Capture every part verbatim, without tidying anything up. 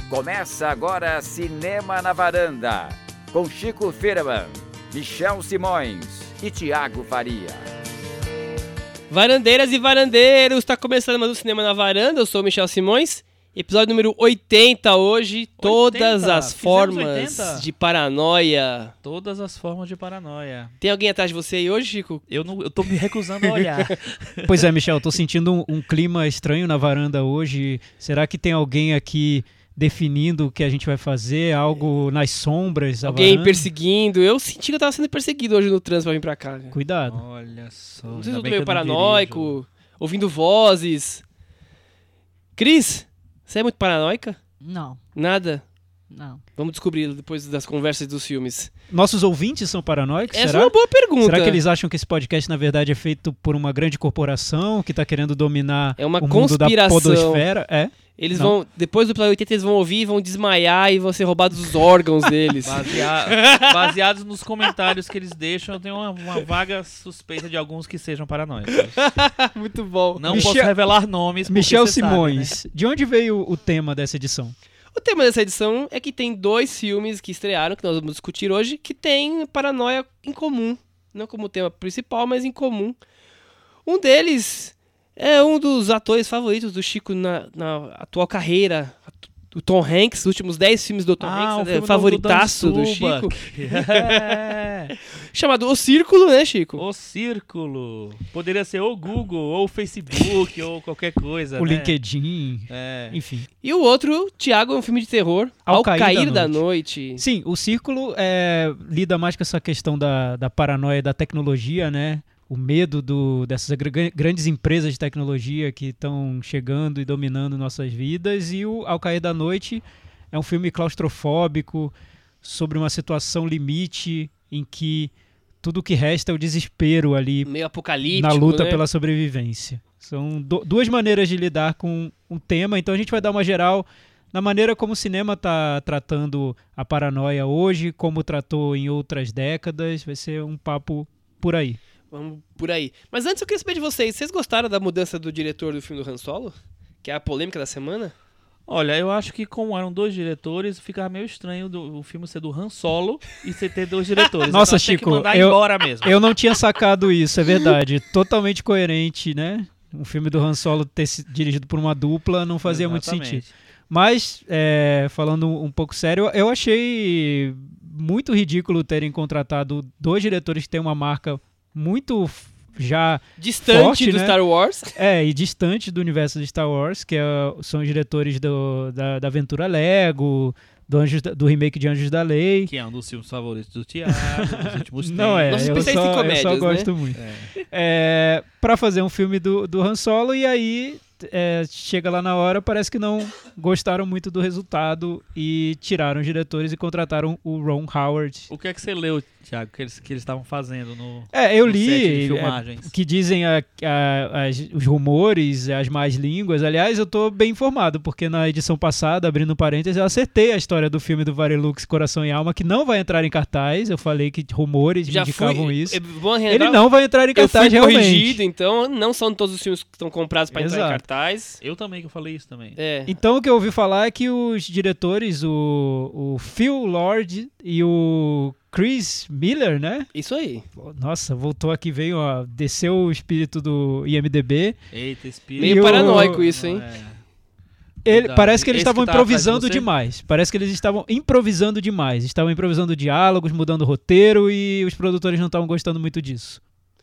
Começa agora Cinema na Varanda, com Chico Firman, Michel Simões e Thiago Faria. Varandeiras e varandeiros, está começando mais um Cinema na Varanda, eu sou o Michel Simões. Episódio número oitenta hoje, oitenta. Todas as Fizemos formas oitenta? De paranoia. Todas as formas de paranoia. Tem alguém atrás de você aí hoje, Chico? Eu, não, eu tô me recusando a olhar. Pois é, Michel, eu tô sentindo um, um clima estranho na varanda hoje. Será que tem alguém aqui definindo o que a gente vai fazer? Algo nas sombras? Alguém varanda? Perseguindo? Eu senti que eu tava sendo perseguido hoje no trânsito pra vir pra cá. Cara. Cuidado. Olha só. Não sei se eu tô meio paranoico, ouvindo vozes. Cris? Você é muito paranoica? Não. Nada? Não. Vamos descobrir depois das conversas dos filmes. Nossos ouvintes são paranoicos? Essa será? é uma boa pergunta. Será que eles acham que esse podcast, na verdade, é feito por uma grande corporação que está querendo dominar é uma o mundo da podosfera? É? Eles Não. vão, depois do episódio oitenta, eles vão ouvir, vão desmaiar e vão ser roubados os órgãos deles. Basea... Baseados nos comentários que eles deixam, eu tenho uma, uma vaga suspeita de alguns que sejam paranoicos. Muito bom. Não Michel... posso revelar nomes. Michel Simões, sabe, né? De onde veio o tema dessa edição? O tema dessa edição é que tem dois filmes que estrearam, que nós vamos discutir hoje, que tem paranoia em comum. Não como tema principal, mas em comum. Um deles é um dos atores favoritos do Chico na, na atual carreira, o Tom Hanks, os últimos dez filmes do Tom ah, Hanks, é o favoritaço do, do Chico. É. Chamado O Círculo, né, Chico? O Círculo. Poderia ser ou Google, ou Facebook, ou qualquer coisa, O né? LinkedIn, é. enfim. E o outro, Thiago, é um filme de terror, Ao, Ao Cair, Cair da, da noite. noite. Sim, O Círculo é, lida mais com essa questão da, da paranoia da tecnologia, né? O medo do, dessas grandes empresas de tecnologia que estão chegando e dominando nossas vidas. E o Ao Cair da Noite é um filme claustrofóbico sobre uma situação limite em que tudo que resta é o desespero ali, meio apocalíptico, na luta, né? Pela sobrevivência. São do, duas maneiras de lidar com um tema, então a gente vai dar uma geral na maneira como o cinema está tratando a paranoia hoje, como tratou em outras décadas. Vai ser um papo por aí. Vamos por aí. Mas antes eu queria saber de vocês, vocês gostaram da mudança do diretor do filme do Han Solo? Que é a polêmica da semana? Olha, eu acho que como eram dois diretores, ficava meio estranho do, o filme ser do Han Solo e você ter dois diretores. Nossa, então, Chico, tem que mandar eu, embora mesmo. eu não tinha sacado isso, é verdade. Totalmente coerente, né? Um filme do Han Solo ter sido dirigido por uma dupla não fazia Exatamente. muito sentido. Mas, é, falando um pouco sério, eu achei muito ridículo terem contratado dois diretores que têm uma marca muito já distante forte, do né? Star Wars. É, e distante do universo de Star Wars, que é, são os diretores do, da, da Aventura Lego, do, Anjos, do remake de Anjos da Lei. Que é um dos filmes favoritos do Thiago, dos últimos tempos. Não é, Nossos eu só, em comédias, eu só gosto né? muito. É. É, pra fazer um filme do, do Han Solo, e aí é, chega lá na hora, parece que não gostaram muito do resultado e tiraram os diretores e contrataram o Ron Howard. O que é que você leu, Thiago, que eles que eles estavam fazendo no É, eu no set de li filmagens? é, que dizem a, a, as, os rumores, as más línguas. Aliás, eu tô bem informado, porque na edição passada, abrindo parênteses, eu acertei a história do filme do Varilux, Coração e Alma, que não vai entrar em cartaz. Eu falei que rumores Já indicavam fui, isso. É bom Ele não vai entrar em eu cartaz, fui realmente. corrigido, então não são todos os filmes que estão comprados para entrar em Exato. cartaz. Eu também, que eu falei isso também. É. Então o que eu ouvi falar é que os diretores, o, o Phil Lord e o Chris Miller, né? Isso aí. Nossa, voltou aqui, veio, ó, desceu o espírito do I M D B. Eita, espírito. Meio E o- paranoico isso, hein? É. Ele, Verdade. parece que eles Esse que estavam tá atrás de improvisando você? demais. Parece que eles estavam improvisando demais. Estavam improvisando diálogos, mudando roteiro e os produtores não estavam gostando muito disso.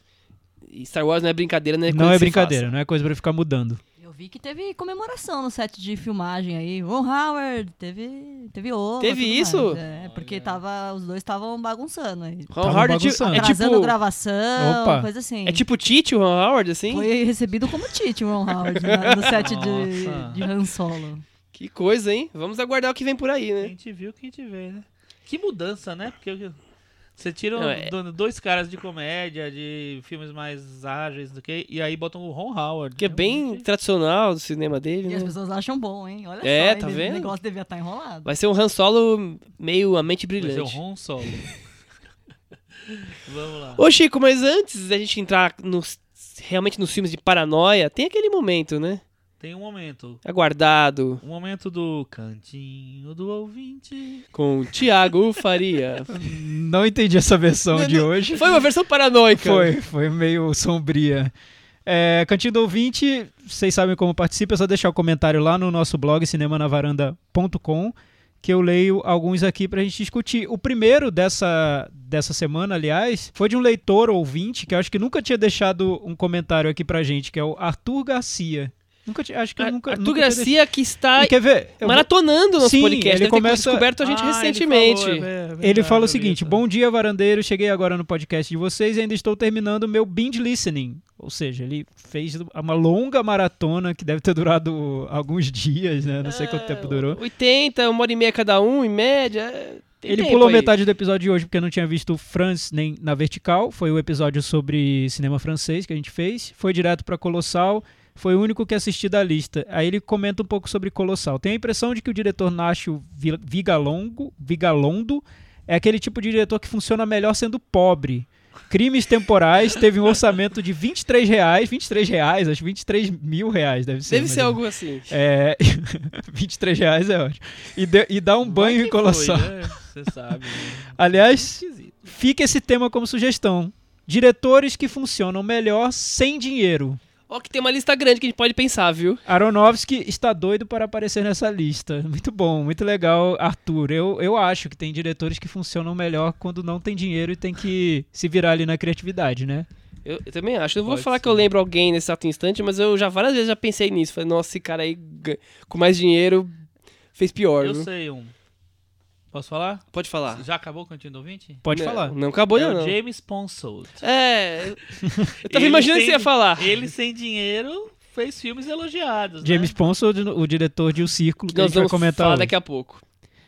E Star Wars não é brincadeira, né? Não é brincadeira, não é coisa pra ficar mudando. Eu vi que teve comemoração no set de filmagem aí. Ron Howard, teve, teve ovo. Teve tudo isso? mais. É, porque tava, os dois estavam bagunçando aí. Ron Tavam Howard é tipo- bagunçando. é Atrasando tipo, gravação, Opa. coisa assim. é tipo Tite, o Ron Howard, assim? Foi recebido como Tite, o Ron Howard, na- no set Nossa. de, de Han Solo. Que coisa, hein? Vamos aguardar o que vem por aí, né? Quem te viu, quem te vê, né? Que mudança, né? Porque você tira Não, é- do- dois caras de comédia, de filmes mais ágeis do que, e aí botam o Ron Howard. Que é bem Realmente. tradicional do cinema dele, E as né? pessoas acham bom, hein? Olha É, só, tá hein? vendo? O negócio devia estar enrolado. Vai ser um Han Solo meio a mente Vai ser o brilhante. Ron Solo. Vamos lá. Ô Chico, mas antes da gente entrar nos, realmente nos filmes de paranoia, tem aquele momento, né? tem um momento. Aguardado. Um momento do Cantinho do Ouvinte. Com Thiago Faria. Não entendi essa versão Não, de não, hoje. Foi uma versão paranoica. Foi, foi meio sombria. É, Cantinho do Ouvinte, vocês sabem como participa, é só deixar o comentário lá no nosso blog cinema na varanda ponto com, que eu leio alguns aqui pra gente discutir. O primeiro dessa, dessa semana, aliás, foi de um leitor ouvinte, que eu acho que nunca tinha deixado um comentário aqui pra gente, que é o Arthur Garcia. Nunca tinha, acho que eu nunca, Arthur nunca tinha Garcia que está deixado. E quer ver? Eu vou- maratonando o nosso Sim, podcast. ele Deve começa- ter descoberto a gente Ah, recentemente. Ele, falou, é, é verdade, Ele fala eu o vi seguinte: isso. bom dia, varandeiro. Cheguei agora no podcast de vocês e ainda estou terminando meu binge listening. Ou seja, ele fez uma longa maratona que deve ter durado alguns dias, né? Não sei quanto tempo durou. oitenta, uma hora e meia cada um, em média. Tem Ele tempo pulou aí. metade do episódio de hoje porque não tinha visto France nem na Vertical. Foi o episódio sobre cinema francês que a gente fez. Foi direto para Colossal. Foi o único que assisti da lista. Aí ele comenta um pouco sobre Colossal. Tenho a impressão de que o diretor Nacho Vi- Vigalongo, Vigalondo é aquele tipo de diretor que funciona melhor sendo pobre. Crimes Temporais teve um orçamento de vinte e três reais. vinte e três reais, acho que vinte e três mil reais deve ser. Deve mais ser ou algo assim. É, vinte e três reais é ótimo. E, de- e dá um banho Vai em que foi, Colossal. né? Você sabe. Né? Aliás, Esquisito. fica esse tema como sugestão. Diretores que funcionam melhor sem dinheiro. Ó, que tem uma lista grande que a gente pode pensar, viu? Aronofsky está doido para aparecer nessa lista. Muito bom, muito legal, Arthur. Eu, eu acho que tem diretores que funcionam melhor quando não tem dinheiro e tem que se virar ali na criatividade, né? Eu, eu também acho. Eu não vou Pode falar ser. que eu lembro alguém nesse exato instante, mas eu já várias vezes já pensei nisso. Falei, nossa, esse cara aí gan- com mais dinheiro fez pior, Eu viu? sei um. Posso falar? Pode falar. Já acabou o Cantinho do Ouvinte? Pode não, falar. Não acabou é ainda, o não. James Ponsoldt. É. Eu eu tava Ele imaginando que sem- você ia falar. Ele sem dinheiro fez filmes elogiados, James né? Ponsoldt, o diretor de O Círculo, que Que a nós gente vai vamos comentar falar hoje. daqui a pouco.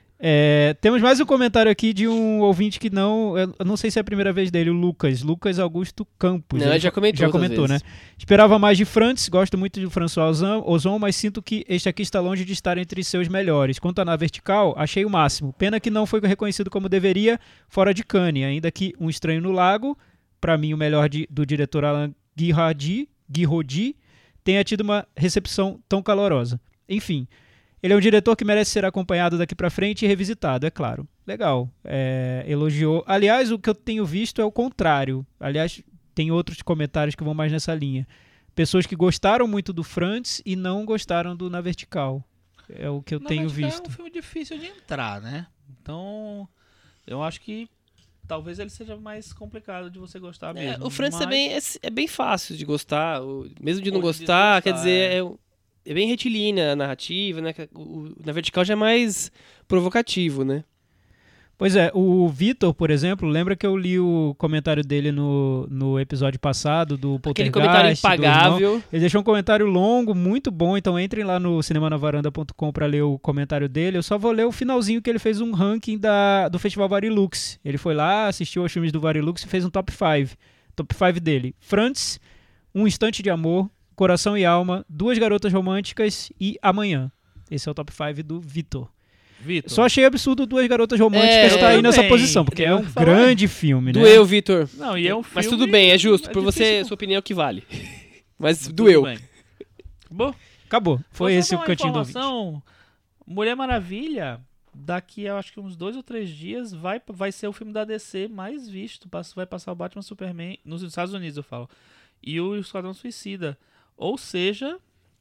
É, temos mais um comentário aqui de um ouvinte que não... Eu não sei se é a primeira vez dele, o Lucas. Lucas Augusto Campos. Não, ele já comentou Já outras comentou, né? vezes. Esperava mais de Frantz, gosto muito de François Ozon, Ozon, mas sinto que este aqui está longe de estar entre seus melhores. Quanto a Na Vertical, achei o máximo. Pena que não foi reconhecido como deveria, fora de Cannes. Ainda que Um Estranho no Lago, para mim o melhor de- do diretor Alain Guiraudy, Guiraudy, tenha tido uma recepção tão calorosa. Enfim, ele é um diretor que merece ser acompanhado daqui pra frente e revisitado, é claro. Legal. É, elogiou. Aliás, o que eu tenho visto é o contrário. Aliás, tem outros comentários que vão mais nessa linha. Pessoas que gostaram muito do Frantz e não gostaram do Na Vertical. É o que eu Na tenho Vertical visto. É um filme difícil de entrar, né? Então, eu acho que talvez ele seja mais complicado de você gostar É, mesmo. o Francis mas... também é, é bem fácil de gostar. o- mesmo de não Ou de gostar, quer desgostar, dizer, é. é, é bem retilínea a narrativa, né? O, o- na vertical já é mais provocativo, né? Pois é, o Vitor, por exemplo, lembra que eu li o comentário dele no, no episódio passado do Aquele Poltergeist? comentário do Irmão? impagável. Ele deixou um comentário longo, muito bom, então entrem lá no cinema na varanda ponto com para ler o comentário dele. Eu só vou ler o finalzinho que ele fez um ranking da, do Festival Varilux. Ele foi lá, assistiu aos filmes do Varilux e fez um top cinco. Top cinco dele. Frantz, Um Instante de Amor, Coração e Alma, Duas Garotas Românticas e Amanhã. Esse é o top cinco do Vitor. Vitor, Só achei absurdo Duas Garotas Românticas É, estar aí eu nessa também. posição, porque é Eu um ia falar. grande filme, né? Doeu, Vitor. não, e é um filme... Mas tudo bem, é justo. é por você, difícil- sua opinião é o que vale. Mas Tudo doeu. bem. Bom, Acabou. Foi Vou esse só o dar uma cantinho do ouvinte. informação. Mulher Maravilha, daqui eu acho que uns dois ou três dias, vai, vai ser o filme da D C mais visto. Passa- Vai passar o Batman Superman, nos Estados Unidos eu falo, e o Esquadrão Suicida. Ou seja,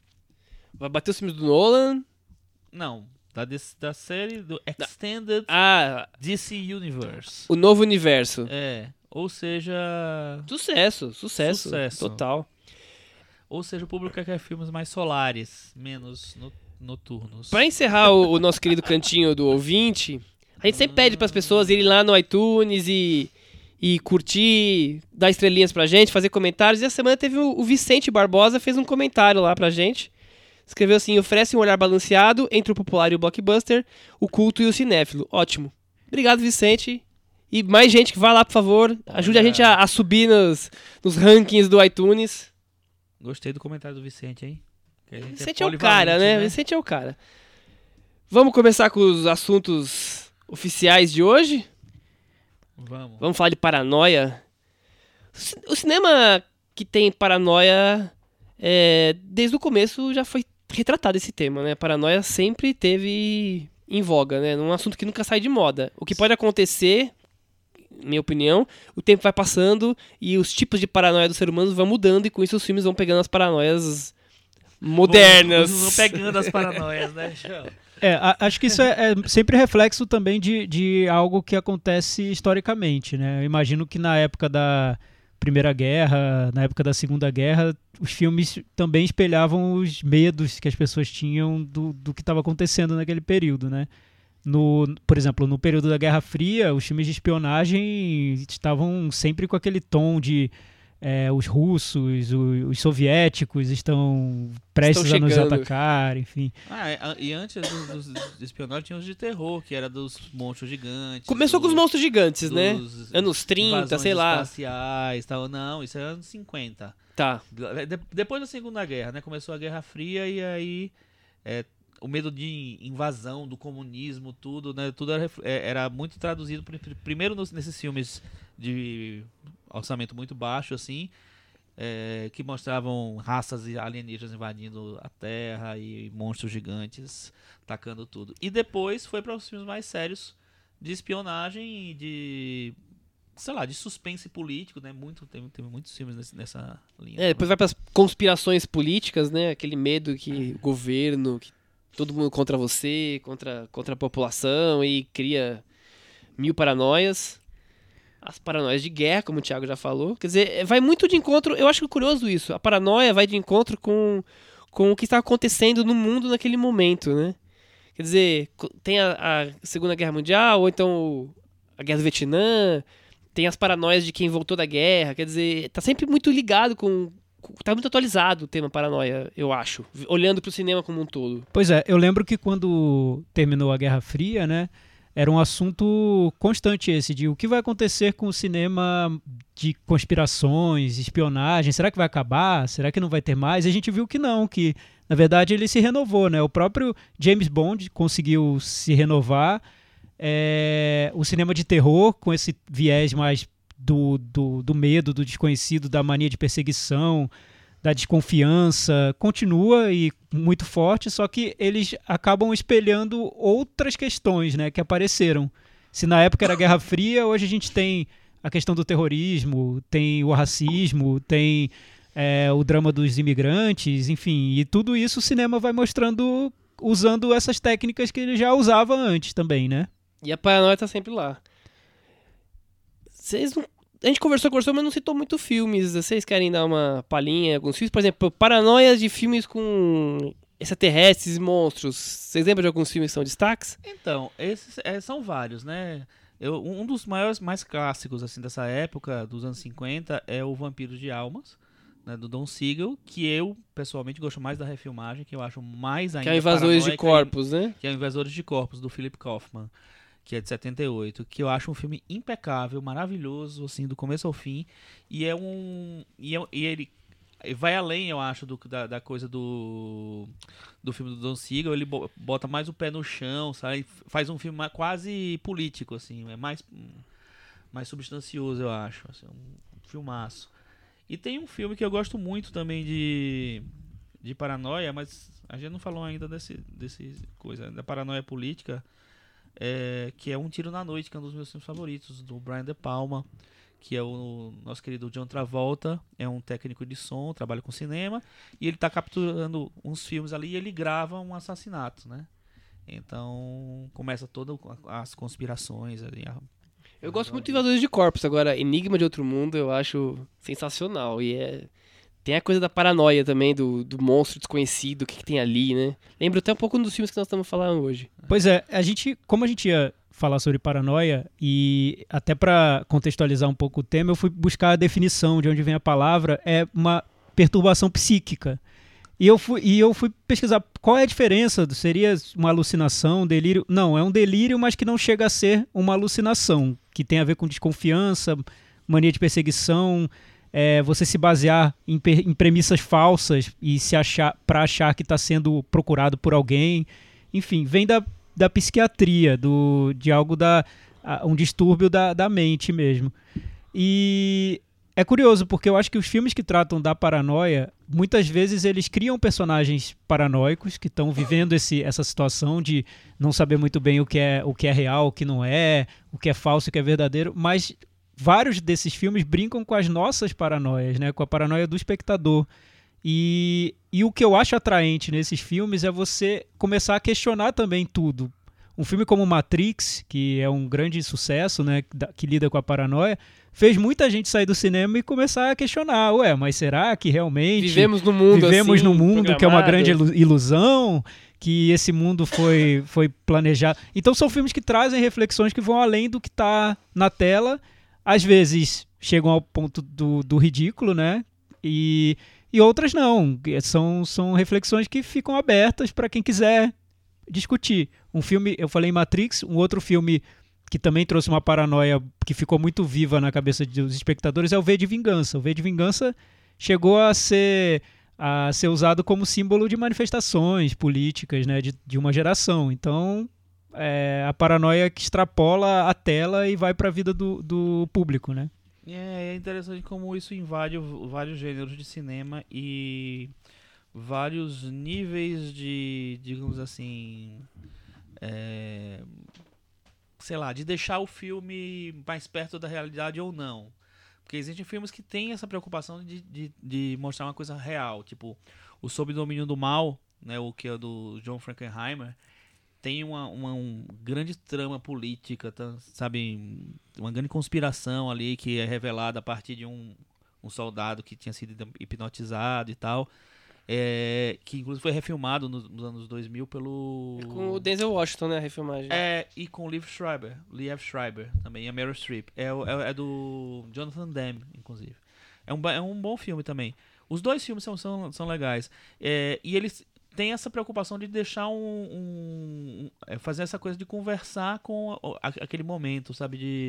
Vai bater os filmes do Nolan. não, da, D C da série do Extended Ah, D C Universe. o novo universo. É, ou seja... Sucesso, sucesso. Sucesso. Total. Ou seja, o público quer filmes mais solares, menos no- noturnos. Pra encerrar o, o nosso querido cantinho do ouvinte, a gente sempre pede pras pessoas irem lá no iTunes e, e curtir, dar estrelinhas pra gente, fazer comentários. E a semana teve o, o Vicente Barbosa, fez um comentário lá pra gente. Escreveu assim: oferece um olhar balanceado entre o popular e o blockbuster, o culto e o cinéfilo. Ótimo. Obrigado, Vicente. E mais gente que vá lá, por favor. Ajude a gente a, a subir nos, nos rankings do iTunes. Gostei do comentário do Vicente, hein? Que a gente Vicente é o polivalente, cara, né? Vicente é o cara. Vamos começar com os assuntos oficiais de hoje? Vamos. Vamos falar de paranoia. O ci- O cinema que tem paranoia, é, desde o começo, já foi retratado esse tema, né? A paranoia sempre teve em voga, né? Num assunto que nunca sai de moda. O que pode acontecer, minha opinião, o tempo vai passando e os tipos de paranoia dos seres humanos vão mudando e com isso os filmes vão pegando as paranoias modernas. Vão, vão pegando as paranoias, né? É, a, acho que isso é, é sempre reflexo também de, de algo que acontece historicamente, né? Eu imagino que na época da Primeira Guerra, na época da Segunda Guerra, os filmes também espelhavam os medos que as pessoas tinham do, do que estava acontecendo naquele período, né? No, por exemplo, no período da Guerra Fria, os filmes de espionagem estavam sempre com aquele tom de é, os russos, os, os soviéticos estão prestes Estão a nos chegando. atacar, enfim. Ah, e antes dos, dos de espionagem tinha os de terror, que era dos monstros gigantes. Começou com os dos- monstros gigantes, né? dos Anos trinta, invasões sei lá. espaciais, tal. Não, isso é anos cinquenta. Tá. De- depois da Segunda Guerra, né? Começou a Guerra Fria e aí é, o medo de invasão do comunismo, tudo, né? Tudo era, ref- é, era muito traduzido pri- pri- primeiro nos- nesses filmes de orçamento muito baixo, assim, é, que mostravam raças alienígenas invadindo a Terra e monstros gigantes atacando tudo. E depois foi para os filmes mais sérios de espionagem e de, sei lá, de suspense político, né? Muito, tem, tem muitos filmes nesse- nessa linha. É, depois vai pras conspirações políticas, né? Aquele medo que o governo, que todo mundo contra você, contra, contra a população e cria mil paranoias. As paranoias de guerra, como o Thiago já falou. Quer dizer, vai muito de encontro. Eu acho curioso isso. A paranoia vai de encontro com, com o que está acontecendo no mundo naquele momento, né? Quer dizer, co- tem a, a Segunda Guerra Mundial, ou então o- a Guerra do Vietnã, tem as paranoias de quem voltou da guerra. Quer dizer, tá sempre muito ligado com. com- Tá muito atualizado o tema paranoia, eu acho. v- Olhando pro cinema como um todo. Pois é, eu lembro que quando terminou a Guerra Fria, né, era um assunto constante esse, de o que vai acontecer com o cinema de conspirações, espionagem, será que vai acabar? Será que não vai ter mais? E a gente viu que não, que na verdade ele se renovou, né? O próprio James Bond conseguiu se renovar, é, o cinema de terror com esse viés mais do, do, do medo, do desconhecido, da mania de perseguição, da desconfiança, continua e muito forte, só que eles acabam espelhando outras questões, né, que apareceram. Se na época era Guerra Fria, hoje a gente tem a questão do terrorismo, tem o racismo, tem é, o drama dos imigrantes, enfim, e tudo isso o cinema vai mostrando usando essas técnicas que ele já usava antes também, né? E a paranoia tá sempre lá. Vocês não... A gente conversou, conversou, mas não citou muito filmes. Vocês querem dar uma palhinha em alguns filmes? Por exemplo, paranoias de filmes com extraterrestres e monstros. Vocês lembram de alguns filmes que são destaques? Então, esses é, são vários, né? Eu, um dos maiores, mais clássicos assim dessa época, dos anos cinquenta, é o Vampiro de Almas, né, do Don Siegel, que eu, pessoalmente, gosto mais da refilmagem, que eu acho mais ainda Que é Invasores de paranoica Corpos, né? e- que é o Invasores de Corpos, do Philip Kaufman, que é de setenta e oito, que eu acho um filme impecável, maravilhoso, assim, do começo ao fim, e é um... e, é- e ele vai além, eu acho, do, da, da coisa do do filme do Don Siegel. Ele bo- bota mais o pé no chão, sabe? Faz um filme mais- quase político, assim, é mais, mais substancioso, eu acho, assim, um filmaço. E tem um filme que eu gosto muito também de, de paranoia, mas a gente não falou ainda desse, desse coisa, da paranoia política, é, que é Um Tiro na Noite, que é um dos meus filmes favoritos, do Brian De Palma, que é o nosso querido John Travolta, é um técnico de som, trabalha com cinema, e ele está capturando uns filmes ali e ele grava um assassinato, né? Então começa todas as conspirações ali. a- Eu gosto muito de Invasores de Corpos. Agora, Enigma de Outro Mundo eu acho sensacional. E é... Tem a coisa da paranoia também, do, do monstro desconhecido, o que, que tem ali, né? Lembro até um pouco dos filmes que nós estamos falando hoje. Pois é, a gente, como a gente ia falar sobre paranoia, e até para contextualizar um pouco o tema, eu fui buscar a definição de onde vem a palavra, é uma perturbação psíquica. E eu fui, e eu fui pesquisar qual é a diferença, seria uma alucinação, um delírio? Não, é um delírio, mas que não chega a ser uma alucinação, que tem a ver com desconfiança, mania de perseguição, é, você se basear em, per- em premissas falsas e se achar para achar que está sendo procurado por alguém. Enfim, vem da, da psiquiatria, do, de algo da a- um distúrbio da, da mente mesmo. E é curioso, porque eu acho que os filmes que tratam da paranoia, muitas vezes eles criam personagens paranoicos que estão vivendo esse, essa situação de não saber muito bem o que, é, o que é real, o que não é, o que é falso, o que é verdadeiro, mas vários desses filmes brincam com as nossas paranoias, né? Com a paranoia do espectador. E, e o que eu acho atraente nesses filmes é você começar a questionar também tudo. Um filme como Matrix, que é um grande sucesso, né, que lida com a paranoia, fez muita gente sair do cinema e começar a questionar, ué, mas será que realmente vivemos no mundo vivemos assim, no mundo que é uma programado? grande ilusão, que esse mundo foi, foi planejado? Então são filmes que trazem reflexões que vão além do que está na tela, às vezes chegam ao ponto do, do ridículo, né, e, e outras não, são, são reflexões que ficam abertas para quem quiser discutir. Um filme, eu falei Matrix, um outro filme que também trouxe uma paranoia que ficou muito viva na cabeça dos espectadores é o V de Vingança. O V de Vingança chegou a ser, a ser usado como símbolo de manifestações políticas, né, de, de uma geração. Então, é a paranoia que extrapola a tela e vai para a vida do, do público, né? É, é interessante como isso invade o- vários gêneros de cinema e vários níveis de, digamos assim, é, sei lá, de deixar o filme mais perto da realidade ou não. Porque existem filmes que têm essa preocupação de, de, de mostrar uma coisa real, tipo o Sob Domínio do Mal, né, o que é do John Frankenheimer, tem uma, uma um grande trama política, tá, sabe, uma grande conspiração ali que é revelada a partir de um, um soldado que tinha sido hipnotizado e tal. É, que inclusive foi refilmado nos, nos anos dois mil pelo... É com o Denzel Washington, né, a refilmagem. É, e com o Liev Schreiber, Liev Schreiber também, e a Meryl Streep. É, o- é, é do Jonathan Demme, inclusive. É um, ba- é um bom filme também. Os dois filmes são, são, são legais. É, e eles têm essa preocupação de deixar um... um- um- é, fazer essa coisa de conversar com a- a- aquele momento, sabe? De,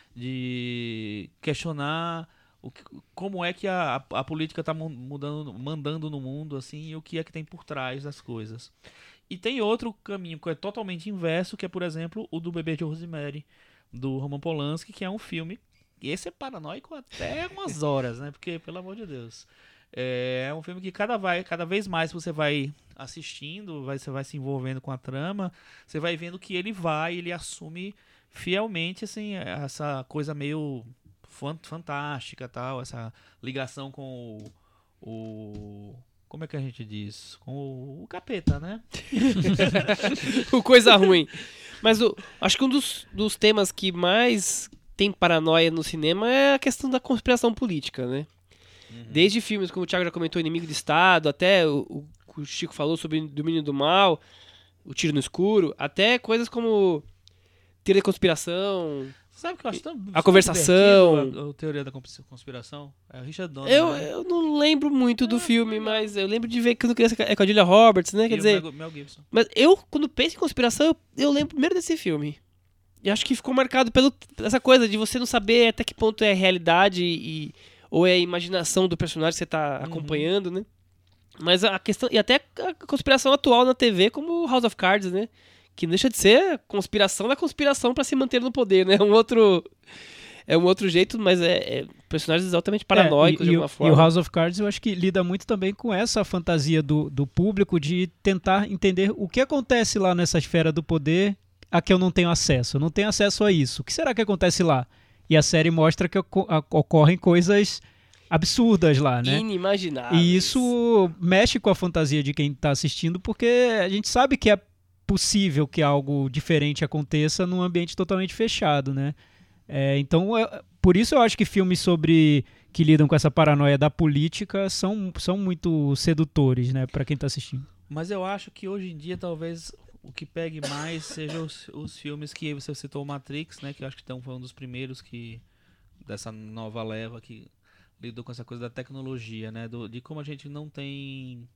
de questionar... O que- como é que a, a, a política está mudando, mandando no mundo, assim, e o que é que tem por trás das coisas. E tem outro caminho que é totalmente inverso, que é, por exemplo, o do Bebê de Rosemary, do Roman Polanski, que é um filme, e esse é paranoico até umas horas, né? Porque, pelo amor de Deus, é um filme que cada, vai, cada vez mais você vai assistindo, vai, você vai se envolvendo com a trama, você vai vendo que ele vai, ele assume fielmente, assim, essa coisa meio fan- fantástica, tal, essa ligação com o, o como é que a gente diz? Com o, o capeta, né? O coisa ruim. Mas o, acho que um dos, dos temas que mais tem paranoia no cinema é a questão da conspiração política, né? Desde filmes, como o Thiago já comentou, Inimigo do Estado, até o, o que o Chico falou sobre o Domínio do Mal, o Tiro no Escuro, até coisas como Teoria da Conspiração. Sabe o que eu acho tão A conversação. divertido, A, a teoria da conspi- conspiração? É o Richard Donner, Eu, né? eu não lembro muito do Ah, filme, legal. mas eu lembro de ver que quando criança é com a Julia Roberts, né? Quer E o dizer, Mel, Mel Gibson. mas eu, quando penso em conspiração, eu, eu lembro primeiro desse filme. E acho que ficou marcado pela essa coisa de você não saber até que ponto é realidade e, ou é a imaginação do personagem que você tá Uhum. acompanhando, né? Mas a questão. E até a conspiração atual na T V, como House of Cards, né? Que não deixa de ser conspiração da conspiração pra se manter no poder, né? Um outro. É um outro jeito, mas é, é personagens altamente paranoicos É, e, de e alguma o- forma. E o House of Cards eu acho que lida muito também com essa fantasia do, do público de tentar entender o que acontece lá nessa esfera do poder a que eu não tenho acesso. Eu não tenho acesso a isso. O que será que acontece lá? E a série mostra que oco- a- ocorrem coisas absurdas lá, né? Inimagináveis. E isso mexe com a fantasia de quem está assistindo, porque a gente sabe que é possível que algo diferente aconteça num ambiente totalmente fechado, né? É, então, é- por isso eu acho que filmes sobre que lidam com essa paranoia da política são, são muito sedutores, né, para quem está assistindo. Mas eu acho que hoje em dia talvez o que pegue mais seja os, os filmes que você citou, o Matrix, né? Que eu acho que então, foi um dos primeiros que dessa nova leva que lidou com essa coisa da tecnologia, né? Do, de como a gente não tem...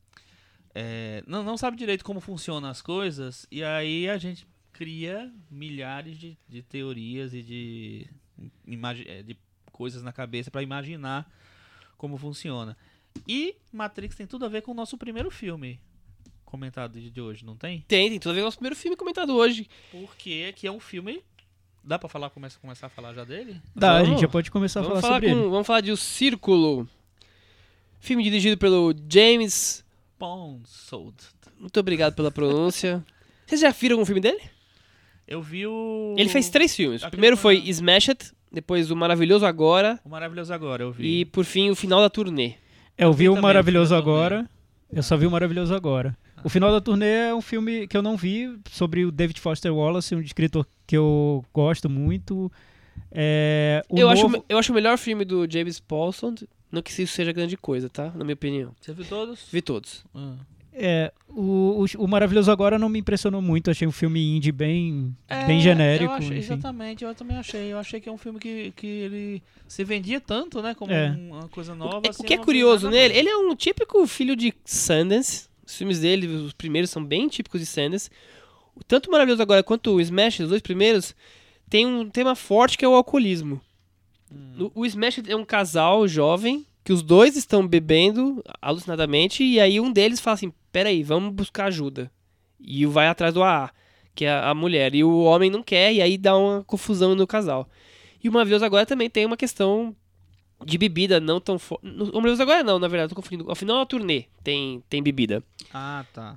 é, não, não sabe direito como funcionam as coisas, e aí a gente cria milhares de, de teorias e de, imagi- é, de coisas na cabeça para imaginar como funciona. E Matrix tem tudo a ver com o nosso primeiro filme comentado de de hoje, não tem? Tem, tem tudo a ver com o nosso primeiro filme comentado hoje. Porque que é um filme Dá pra falar, começa, começar a falar já dele? Dá, Vamos. a gente já pode começar a Vamos falar, falar, sobre com, ele. vamos falar de O Círculo. Filme dirigido pelo James... Ponsold. Muito obrigado pela pronúncia. Vocês já viram algum filme dele? Eu vi o... Ele fez três filmes. O Aquele primeiro foi com- Smashed, depois O Maravilhoso Agora O Maravilhoso Agora, eu vi. e, por fim, o final da turnê. É, eu vi vi o também, Maravilhoso eu vi também. Agora. Eu só vi o Maravilhoso Agora. O Final da Turnê é um filme que eu não vi, sobre o David Foster Wallace, um escritor que eu gosto muito. É, o Eu, novo- acho, eu acho o melhor filme do James Paulson, não que isso seja grande coisa, tá? Na minha opinião. Você viu todos? Vi todos. Ah. É, o, o, o Maravilhoso Agora não me impressionou muito. Achei um filme indie bem, É, bem genérico. eu achei- enfim. exatamente, eu também achei. Eu achei que é um filme que, que ele se vendia tanto, né? Como É. um- uma coisa O, nova. é- assim, o que é eu não vi curioso nada nele, novo. ele é um típico filho de Sundance. Os filmes dele, os primeiros, são bem típicos de Sundance. Tanto o Maravilhoso Agora quanto o Smash, os dois primeiros, tem um tema forte que é o alcoolismo. Hum. O, o Smash é um casal jovem, que os dois estão bebendo alucinadamente, e aí um deles fala assim, peraí, vamos buscar ajuda. E vai atrás do A A, que é a, a mulher. E o homem não quer, e aí dá uma confusão no casal. E o Maravilhoso Agora também tem uma questão de bebida não tão forte. O Maravilhoso Agora não, na verdade, tô confundindo. Ao final da turnê tem, tem bebida. Ah, tá.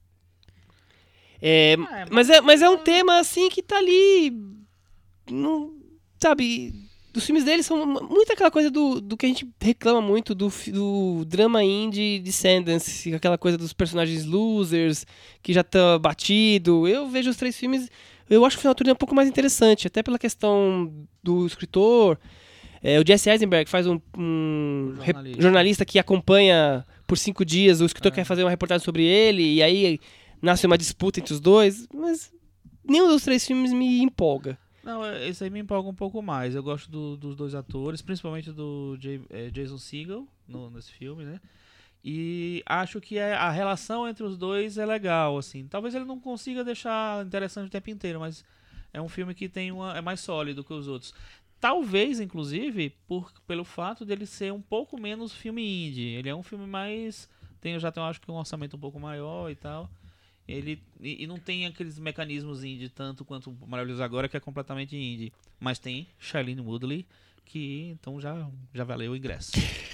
É, Ah, é, mas, é, mas é um tema, assim, que tá ali... Não, sabe... Os filmes dele são muito aquela coisa do, do que a gente reclama muito do, fi- do drama indie de Sundance, aquela coisa dos personagens losers, que já tá batido. Eu vejo os três filmes, eu acho que o final da turnê é um pouco mais interessante, até pela questão do escritor. É, o Jesse Eisenberg faz um, um re- Jornalista. jornalista que acompanha por cinco dias, o escritor É. quer fazer uma reportagem sobre ele, e aí nasce uma disputa entre os dois, mas nenhum dos três filmes me empolga. Não, é- esse aí me empolga um pouco mais. Eu gosto do- dos dois atores, principalmente do J- eh, Jason Segel no, nesse filme, né? E acho que é- a relação entre os dois é legal, assim. Talvez ele não consiga deixar interessante o tempo inteiro, mas é um filme que tem uma, é mais sólido que os outros. Talvez, inclusive, por, pelo fato dele ser um pouco menos filme indie. Ele é um filme mais... Tem, já tem, eu acho que um orçamento um pouco maior e tal. Ele, e, e não tem aqueles mecanismos indie tanto quanto o Maravilhoso Agora, que é completamente indie. Mas tem Shailene Woodley, que então já, já valeu o ingresso.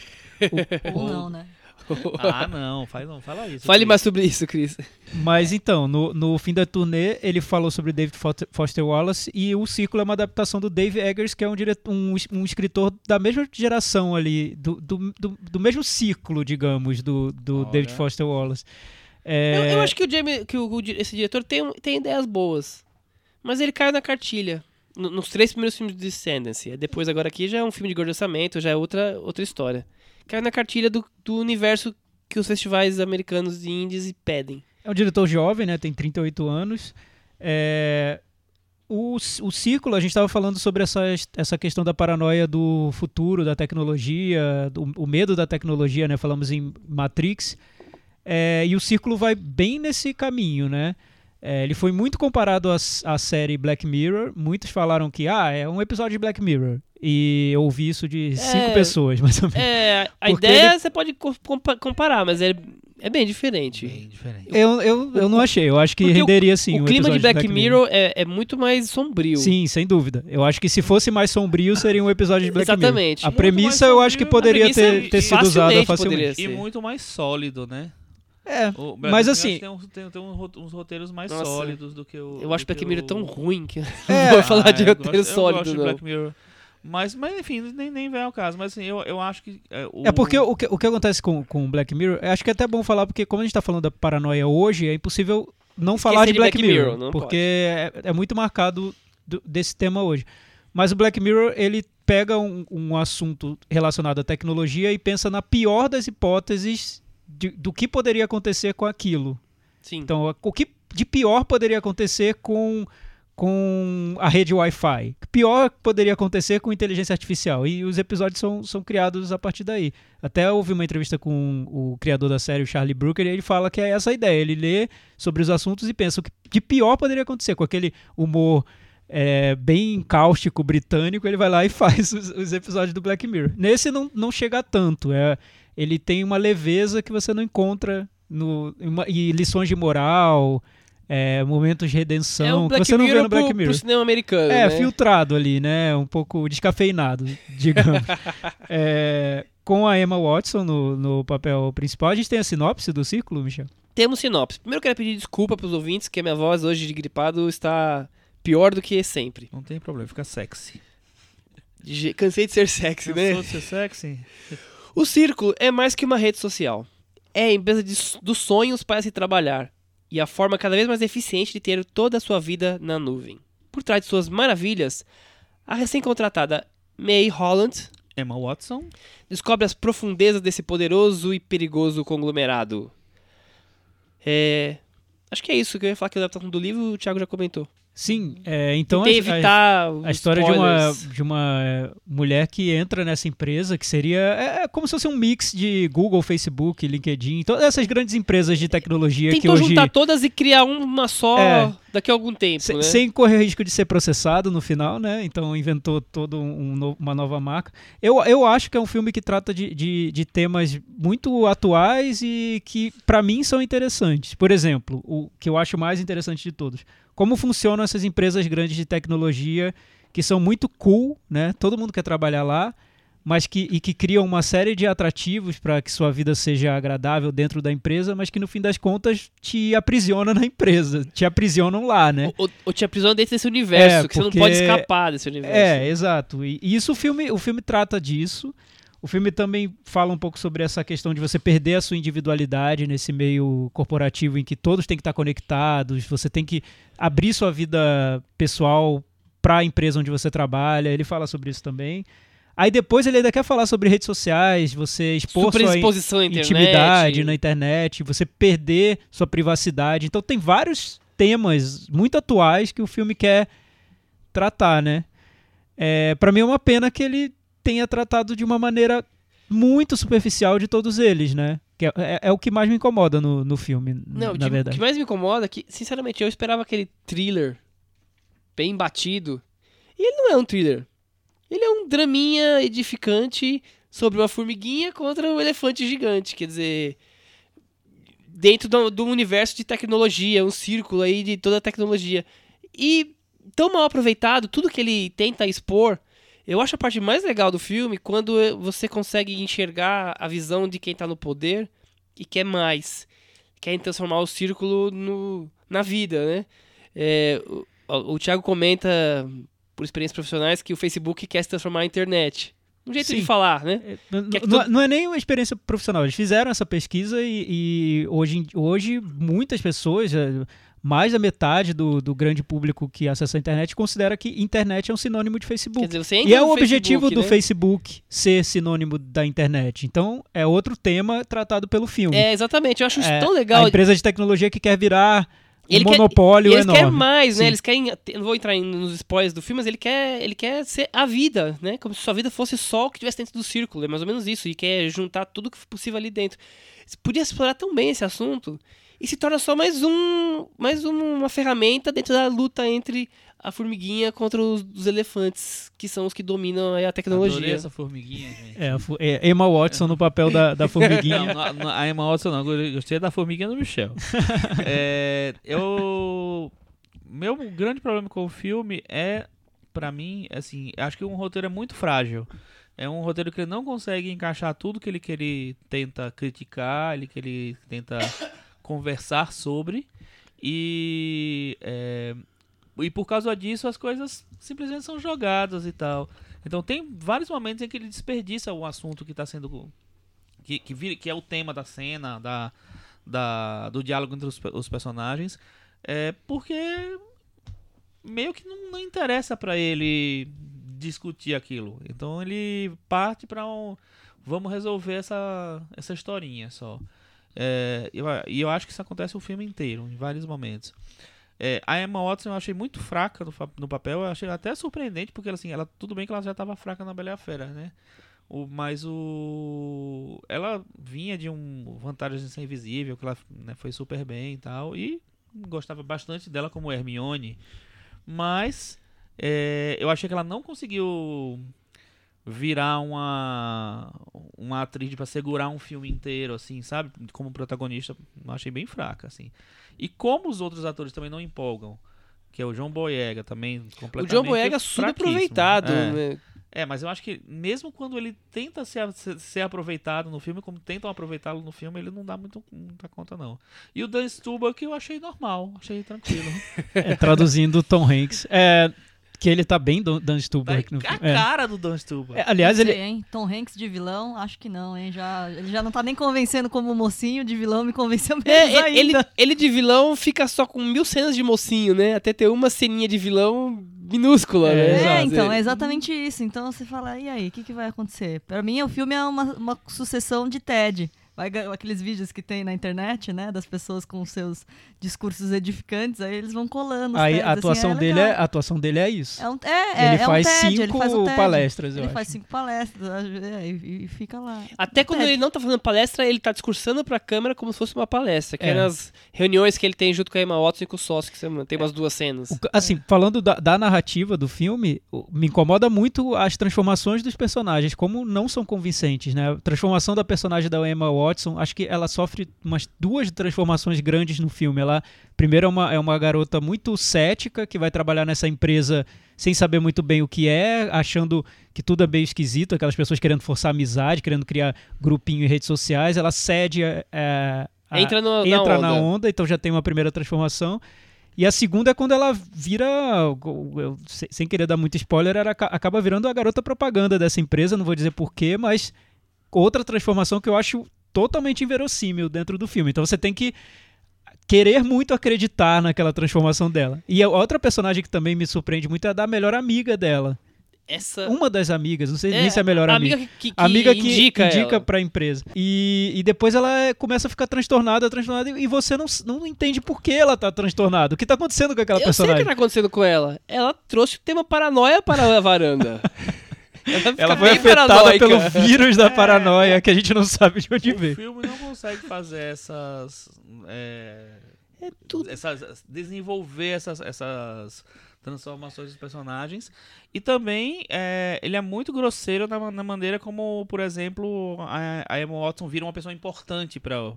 Ou não, né? Ah, não, fala, não, fala isso. Fale Cris. mais sobre isso, Cris. Mas então, no, no fim da turnê, ele falou sobre David Foster- Foster Wallace, e O Círculo é uma adaptação do Dave Eggers, que é um, diretor, um, es- um escritor da mesma geração ali, do, do, do, do mesmo ciclo, digamos, do, do Olha. David Foster Wallace. É, Eu, eu acho que, o Jamie, que o, o di- esse diretor tem, um- tem ideias boas, mas ele caiu na cartilha. No- nos três primeiros filmes de Sundance. Depois, agora aqui, já é um filme de grande orçamento, já é outra, outra história. Caiu na cartilha do, do universo que os festivais americanos de indies pedem. É um diretor jovem, né? Tem trinta e oito anos. É, o, o Círculo, a gente estava falando sobre essa, essa questão da paranoia do futuro, da tecnologia, do, o medo da tecnologia, né? Falamos em Matrix. É, e o Círculo vai bem nesse caminho, né? É, ele foi muito comparado à, à série Black Mirror. Muitos falaram que ah, é um episódio de Black Mirror. E eu ouvi isso de cinco É, pessoas, mais ou menos. É, a Porque ideia ele- você pode co- compa- comparar, mas é, é bem diferente. Bem diferente. Eu, eu, eu não achei. Eu acho que Porque o- renderia sim. o um clima de episódio Black, Mirror é, é muito mais sombrio. Sim, sem dúvida. Eu acho que se fosse mais sombrio, seria um episódio de Black Exatamente. Mirror. A Muito premissa mais eu acho que sombrio, poderia a premissa ter, ter sido usada facilmente facilmente. poderia E ser. muito mais sólido, né? É, O mas Black assim... Mirror tem, uns- tem, tem um ro- uns roteiros mais Nossa, sólidos do que o... Eu acho do Black que Mirror o- tão ruim que eu É, não vou falar de Ah, eu roteiro gosto- sólido, Eu gosto de não. Black Mirror. Mas, mas enfim, nem, nem vem ao caso. Mas assim, eu, eu acho que... É, o, É porque o que, o que acontece com o Black Mirror, eu acho que é até bom falar, porque como a gente tá falando da paranoia hoje, é impossível não Esquecer falar de de Black, Black Mirror, Mirror, não porque é, é muito marcado do- desse tema hoje. Mas o Black Mirror, ele pega um, um assunto relacionado à tecnologia e pensa na pior das hipóteses de- do que poderia acontecer com aquilo. Sim. Então, o que de pior poderia acontecer com, com a rede Wi-Fi? O que pior poderia acontecer com inteligência artificial? E os episódios são, são criados a partir daí. Até houve uma entrevista com o criador da série, o Charlie Brooker, e ele fala que é essa a ideia. Ele lê sobre os assuntos e pensa o que de pior poderia acontecer. Com aquele humor é, bem cáustico britânico, ele vai lá e faz os, os episódios do Black Mirror. Nesse não, não chega tanto. É, ele tem uma leveza que você não encontra no, uma- e lições de moral, é, momentos de redenção, É um que Black você não vê Mirror no Black pro, Mirror. pro cinema americano, É, né? filtrado ali, né? Um pouco descafeinado, digamos. É, com a Emma Watson no, no papel principal. A gente tem a sinopse do Círculo, Michel? Temos sinopse. Primeiro eu quero pedir desculpa pros ouvintes, que a minha voz hoje de gripado está pior do que sempre. Não tem problema, fica sexy. De- Cansei de ser sexy, né? Cansou de ser sexy? O Círculo é mais que uma rede social. É a empresa de, dos sonhos para se trabalhar e a forma cada vez mais eficiente de ter toda a sua vida na nuvem. Por trás de suas maravilhas, a recém-contratada May Holland Emma Watson. descobre as profundezas desse poderoso e perigoso conglomerado. É... Acho que é isso que eu ia falar, que a adaptação do livro o Thiago já comentou. Sim, é, então Tentei a- a- evitar A história de uma, spoilers. de uma eh, mulher que entra nessa empresa, que seria é, é como se fosse um mix de Google, Facebook, LinkedIn, todas essas grandes empresas de tecnologia que Tentou hoje, juntar todas e criar uma só É. daqui a algum tempo, se- né? sem correr risco de ser processado no final, né? Então inventou toda um, um no- uma nova marca. Eu, eu acho que é um filme que trata de, de, de temas muito atuais e que, pra mim, são interessantes. Por exemplo, o que eu acho mais interessante de todos. Como funcionam essas empresas grandes de tecnologia que são muito cool, né? Todo mundo quer trabalhar lá, mas que, e que criam uma série de atrativos para que sua vida seja agradável dentro da empresa, mas que no fim das contas te aprisiona na empresa, te aprisionam lá, né? Ou, ou te aprisiona dentro desse universo, É, que você não porque- pode escapar desse universo. É, exato. E, e isso o filme, o filme trata disso. O filme também fala um pouco sobre essa questão de você perder a sua individualidade nesse meio corporativo em que todos têm que estar conectados, você tem que abrir sua vida pessoal para a empresa onde você trabalha. Ele fala sobre isso também. Aí depois ele ainda quer falar sobre redes sociais, você expor sua Superexposição à internet. intimidade na internet, você perder sua privacidade. Então tem vários temas muito atuais que o filme quer tratar, né? É, para mim é uma pena que ele tenha tratado de uma maneira muito superficial de todos eles, né? Que é, é- é o que mais me incomoda no, no filme, Não, na de- o verdade. que mais me incomoda é que, sinceramente, eu esperava aquele thriller bem batido. E ele não é um thriller. Ele é um draminha edificante sobre uma formiguinha contra um elefante gigante. Quer dizer, dentro do, do universo de tecnologia, um círculo aí de toda a tecnologia. E tão mal aproveitado, tudo que ele tenta expor. Eu acho a parte mais legal do filme quando você consegue enxergar a visão de quem tá no poder e quer mais. Quer transformar o círculo no, na vida, né? É, o, o Thiago comenta, por experiências profissionais, que o Facebook quer se transformar na internet. Um jeito Sim. de falar, né? É, n- que é que não, todo- não é nem uma experiência profissional. Eles fizeram essa pesquisa e, e hoje, em- hoje muitas pessoas, eh, mais da metade do, do grande público que acessa a internet, considera que internet é um sinônimo de Facebook. Quer dizer, você entra E é no o objetivo Facebook, do né? Facebook ser sinônimo da internet. Então, é outro tema tratado pelo filme. É, exatamente. Eu acho isso É, tão legal. A empresa de tecnologia que quer virar um Ele quer- monopólio E eles enorme. querem mais, né? Sim. Eles querem. Eu não vou entrar em- nos spoilers do filme, mas ele quer, ele quer ser a vida, né? Como se sua vida fosse só o que tivesse dentro do círculo. É mais ou menos isso. E quer juntar tudo que for possível ali dentro. Você podia explorar tão bem esse assunto e se torna só mais um. Mais um- uma ferramenta dentro da luta entre a formiguinha contra os, os elefantes, que são os que dominam aí a Adorei tecnologia. essa formiguinha, gente. É, a fu- é, Emma Watson no papel da, da formiguinha. Não, não, não, a Emma Watson não, eu gostei da formiguinha do Michel. É, eu... Meu grande problema com o filme é, pra mim, assim, acho que um roteiro é muito frágil. É um roteiro que ele não consegue encaixar tudo que ele, que ele tenta criticar, ele, que ele tenta conversar sobre. E, é, e por causa disso as coisas simplesmente são jogadas e tal. Então tem vários momentos em que ele desperdiça o assunto que está sendo... Que, que, vira- que é o tema da cena, da, da, do diálogo entre os, pe- os personagens. É porque meio que não, não interessa pra ele discutir aquilo. Então ele parte pra um... Vamos resolver essa, essa historinha só. É, eu, a- e eu acho que isso acontece o filme inteiro, em vários momentos. É, a Emma Watson eu achei muito fraca no, fa- no papel. Eu achei até surpreendente, porque assim, ela, tudo bem que ela já estava fraca na Bela e a Fera, né? O, mas o ela vinha de um Vantagem de Ser Invisível, que ela, né, foi super bem e tal, e gostava bastante dela como Hermione, mas é, eu achei que ela não conseguiu virar uma uma atriz pra segurar um filme inteiro, assim, sabe? Como protagonista, eu achei bem fraca, assim. E como os outros atores também não empolgam, que é o John Boyega também, completamente O John Boyega é subaproveitado, é. né? É, mas eu acho que mesmo quando ele tenta ser, ser, ser aproveitado no filme, como tentam aproveitá-lo no filme, ele não dá muito, muita conta, não. E o Dan Stubach eu achei normal, achei tranquilo. É, traduzindo Tom Hanks. É, que ele tá bem do- Dan Stubach Tá no a filme. É. cara do Dan Stubach. É, aliás, Não ele, sei, hein? Tom Hanks de vilão, acho que não, hein? Já, ele já não tá nem convencendo como mocinho, de vilão me convenceu menos É, ainda. ele, ele de vilão fica só com mil cenas de mocinho, né? Até ter uma ceninha de vilão minúscula, É, né? É, exato. então, é exatamente isso. Então você fala, e aí, o que, que vai acontecer? Pra mim, o filme é uma, uma sucessão de TED. Vai, ga- aqueles vídeos que tem na internet, né? Das pessoas com seus discursos edificantes, aí eles vão colando os aí TEDs, a atuação assim, é dele é, legal. a atuação dele é isso. É um, é, é, ele, é faz um TED, cinco ele faz um TED. palestras, eu Ele acho. faz cinco palestras é, e, e fica lá. Até É quando TED. ele não tá fazendo palestra, ele tá discursando pra câmera como se fosse uma palestra. Que é, É. nas reuniões que ele tem junto com a Emma Watson e com o sócio, que você tem umas duas cenas. O ca- Assim, falando da, da narrativa do filme, o- me incomoda muito as transformações dos personagens, como não são convincentes, né? A transformação da personagem da Emma Watson, acho que ela sofre umas duas transformações grandes no filme. Ela, primeiro, é uma, é uma garota muito cética, que vai trabalhar nessa empresa sem saber muito bem o que é, achando que tudo é meio esquisito, aquelas pessoas querendo forçar amizade, querendo criar grupinho em redes sociais. Ela cede é, é, a- Entra no- na entra onda. na onda, então já tem uma primeira transformação. E a segunda é quando ela vira, eu, se- sem querer dar muito spoiler, ela aca- acaba virando a garota propaganda dessa empresa, não vou dizer porquê, mas outra transformação que eu acho totalmente inverossímil dentro do filme. Então você tem que querer muito acreditar naquela transformação dela. E a outra personagem que também me surpreende muito é a da melhor amiga dela. Essa. Uma das amigas, não sei É, nem se é a melhor a amiga. amiga que, que, A amiga que indica, indica ela. pra empresa. E, e depois ela é- começa a ficar transtornada, transtornada, e você não, não entende por que ela tá transtornada. O que tá acontecendo com aquela Eu sei o personagem? que tá acontecendo com ela. Ela trouxe o tema paranoia para a varanda. Ela, fica Ela foi bem afetada paranoica. pelo vírus da É. paranoia, que a gente não sabe de onde O veio. filme não consegue fazer essas. É, É tudo. essas desenvolver essas, essas transformações dos personagens. E também é, ele é muito grosseiro na, na maneira como, por exemplo, a, a Emma Watson vira uma pessoa importante para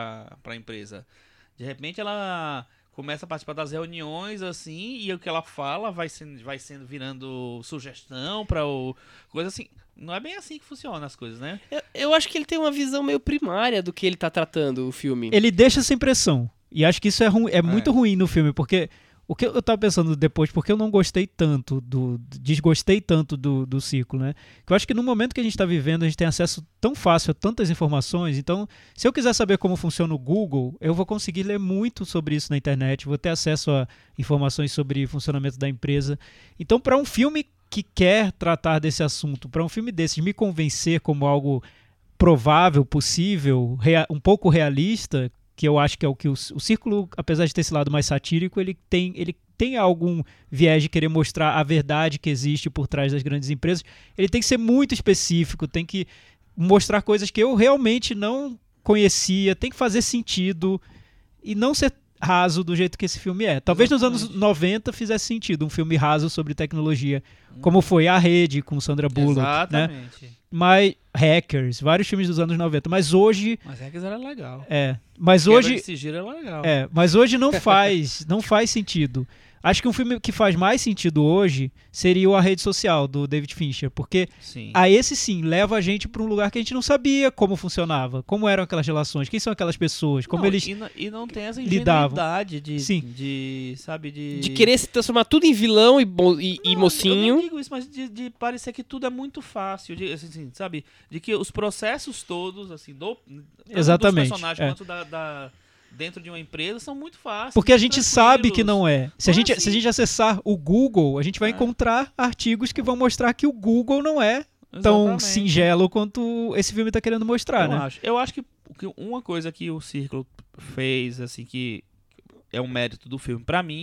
a empresa. De repente ela começa a participar das reuniões assim, e o que ela fala vai sendo, vai sendo virando sugestão para o coisa assim. Não é bem assim que funciona as coisas, né? Eu, eu acho que ele tem uma visão meio primária do que ele tá tratando, o filme. Ele deixa essa impressão. E acho que isso é, ru- é muito ruim no filme, porque o que eu tava pensando depois, porque eu não gostei tanto do. Desgostei tanto do, do ciclo, né? Que eu acho que no momento que a gente tá vivendo, a gente tem acesso tão fácil a tantas informações. Então, se eu quiser saber como funciona o Google, eu vou conseguir ler muito sobre isso na internet, vou ter acesso a informações sobre o funcionamento da empresa. Então, para um filme que quer tratar desse assunto, para um filme desses me convencer como algo provável, possível, rea- um pouco realista, que eu acho que é o que o, o Círculo, apesar de ter esse lado mais satírico, ele tem, ele tem algum viés de querer mostrar a verdade que existe por trás das grandes empresas. Ele tem que ser muito específico, tem que mostrar coisas que eu realmente não conhecia, tem que fazer sentido e não ser raso do jeito que esse filme é. Talvez nos anos noventa fizesse sentido um filme raso sobre tecnologia, como foi A Rede com Sandra Bullock, né? Exatamente. Mas Hackers, vários filmes dos anos noventa, mas hoje Mas Hackers era legal. é, mas Quebra hoje de sigilo era legal. é, mas hoje não faz, não faz sentido. Acho que um filme que faz mais sentido hoje seria o A Rede Social, do David Fincher, porque Sim. a esse sim leva a gente para um lugar que a gente não sabia como funcionava, como eram aquelas relações, quem são aquelas pessoas, como Não, eles e, não, e não tem essa lidavam. ingenuidade de, Sim. de, sabe, de... De querer se transformar tudo em vilão e, bo- e, e Não, mocinho. Eu não digo isso, mas de, de parecer que tudo é muito fácil, de, assim, assim, sabe? De que os processos todos, assim, do, tanto Exatamente, dos personagens é. quanto da, da- dentro de uma empresa são muito fáceis. porque a muito gente sabe que tranquilos. não é. Se a, Não é gente, assim. se a gente acessar o Google, a gente vai É. encontrar artigos que vão mostrar que o Google não é tão Exatamente. singelo quanto esse filme está querendo mostrar, Eu né? acho. Eu acho que, que uma coisa que o Círculo fez, assim, que é um mérito do filme, pra mim,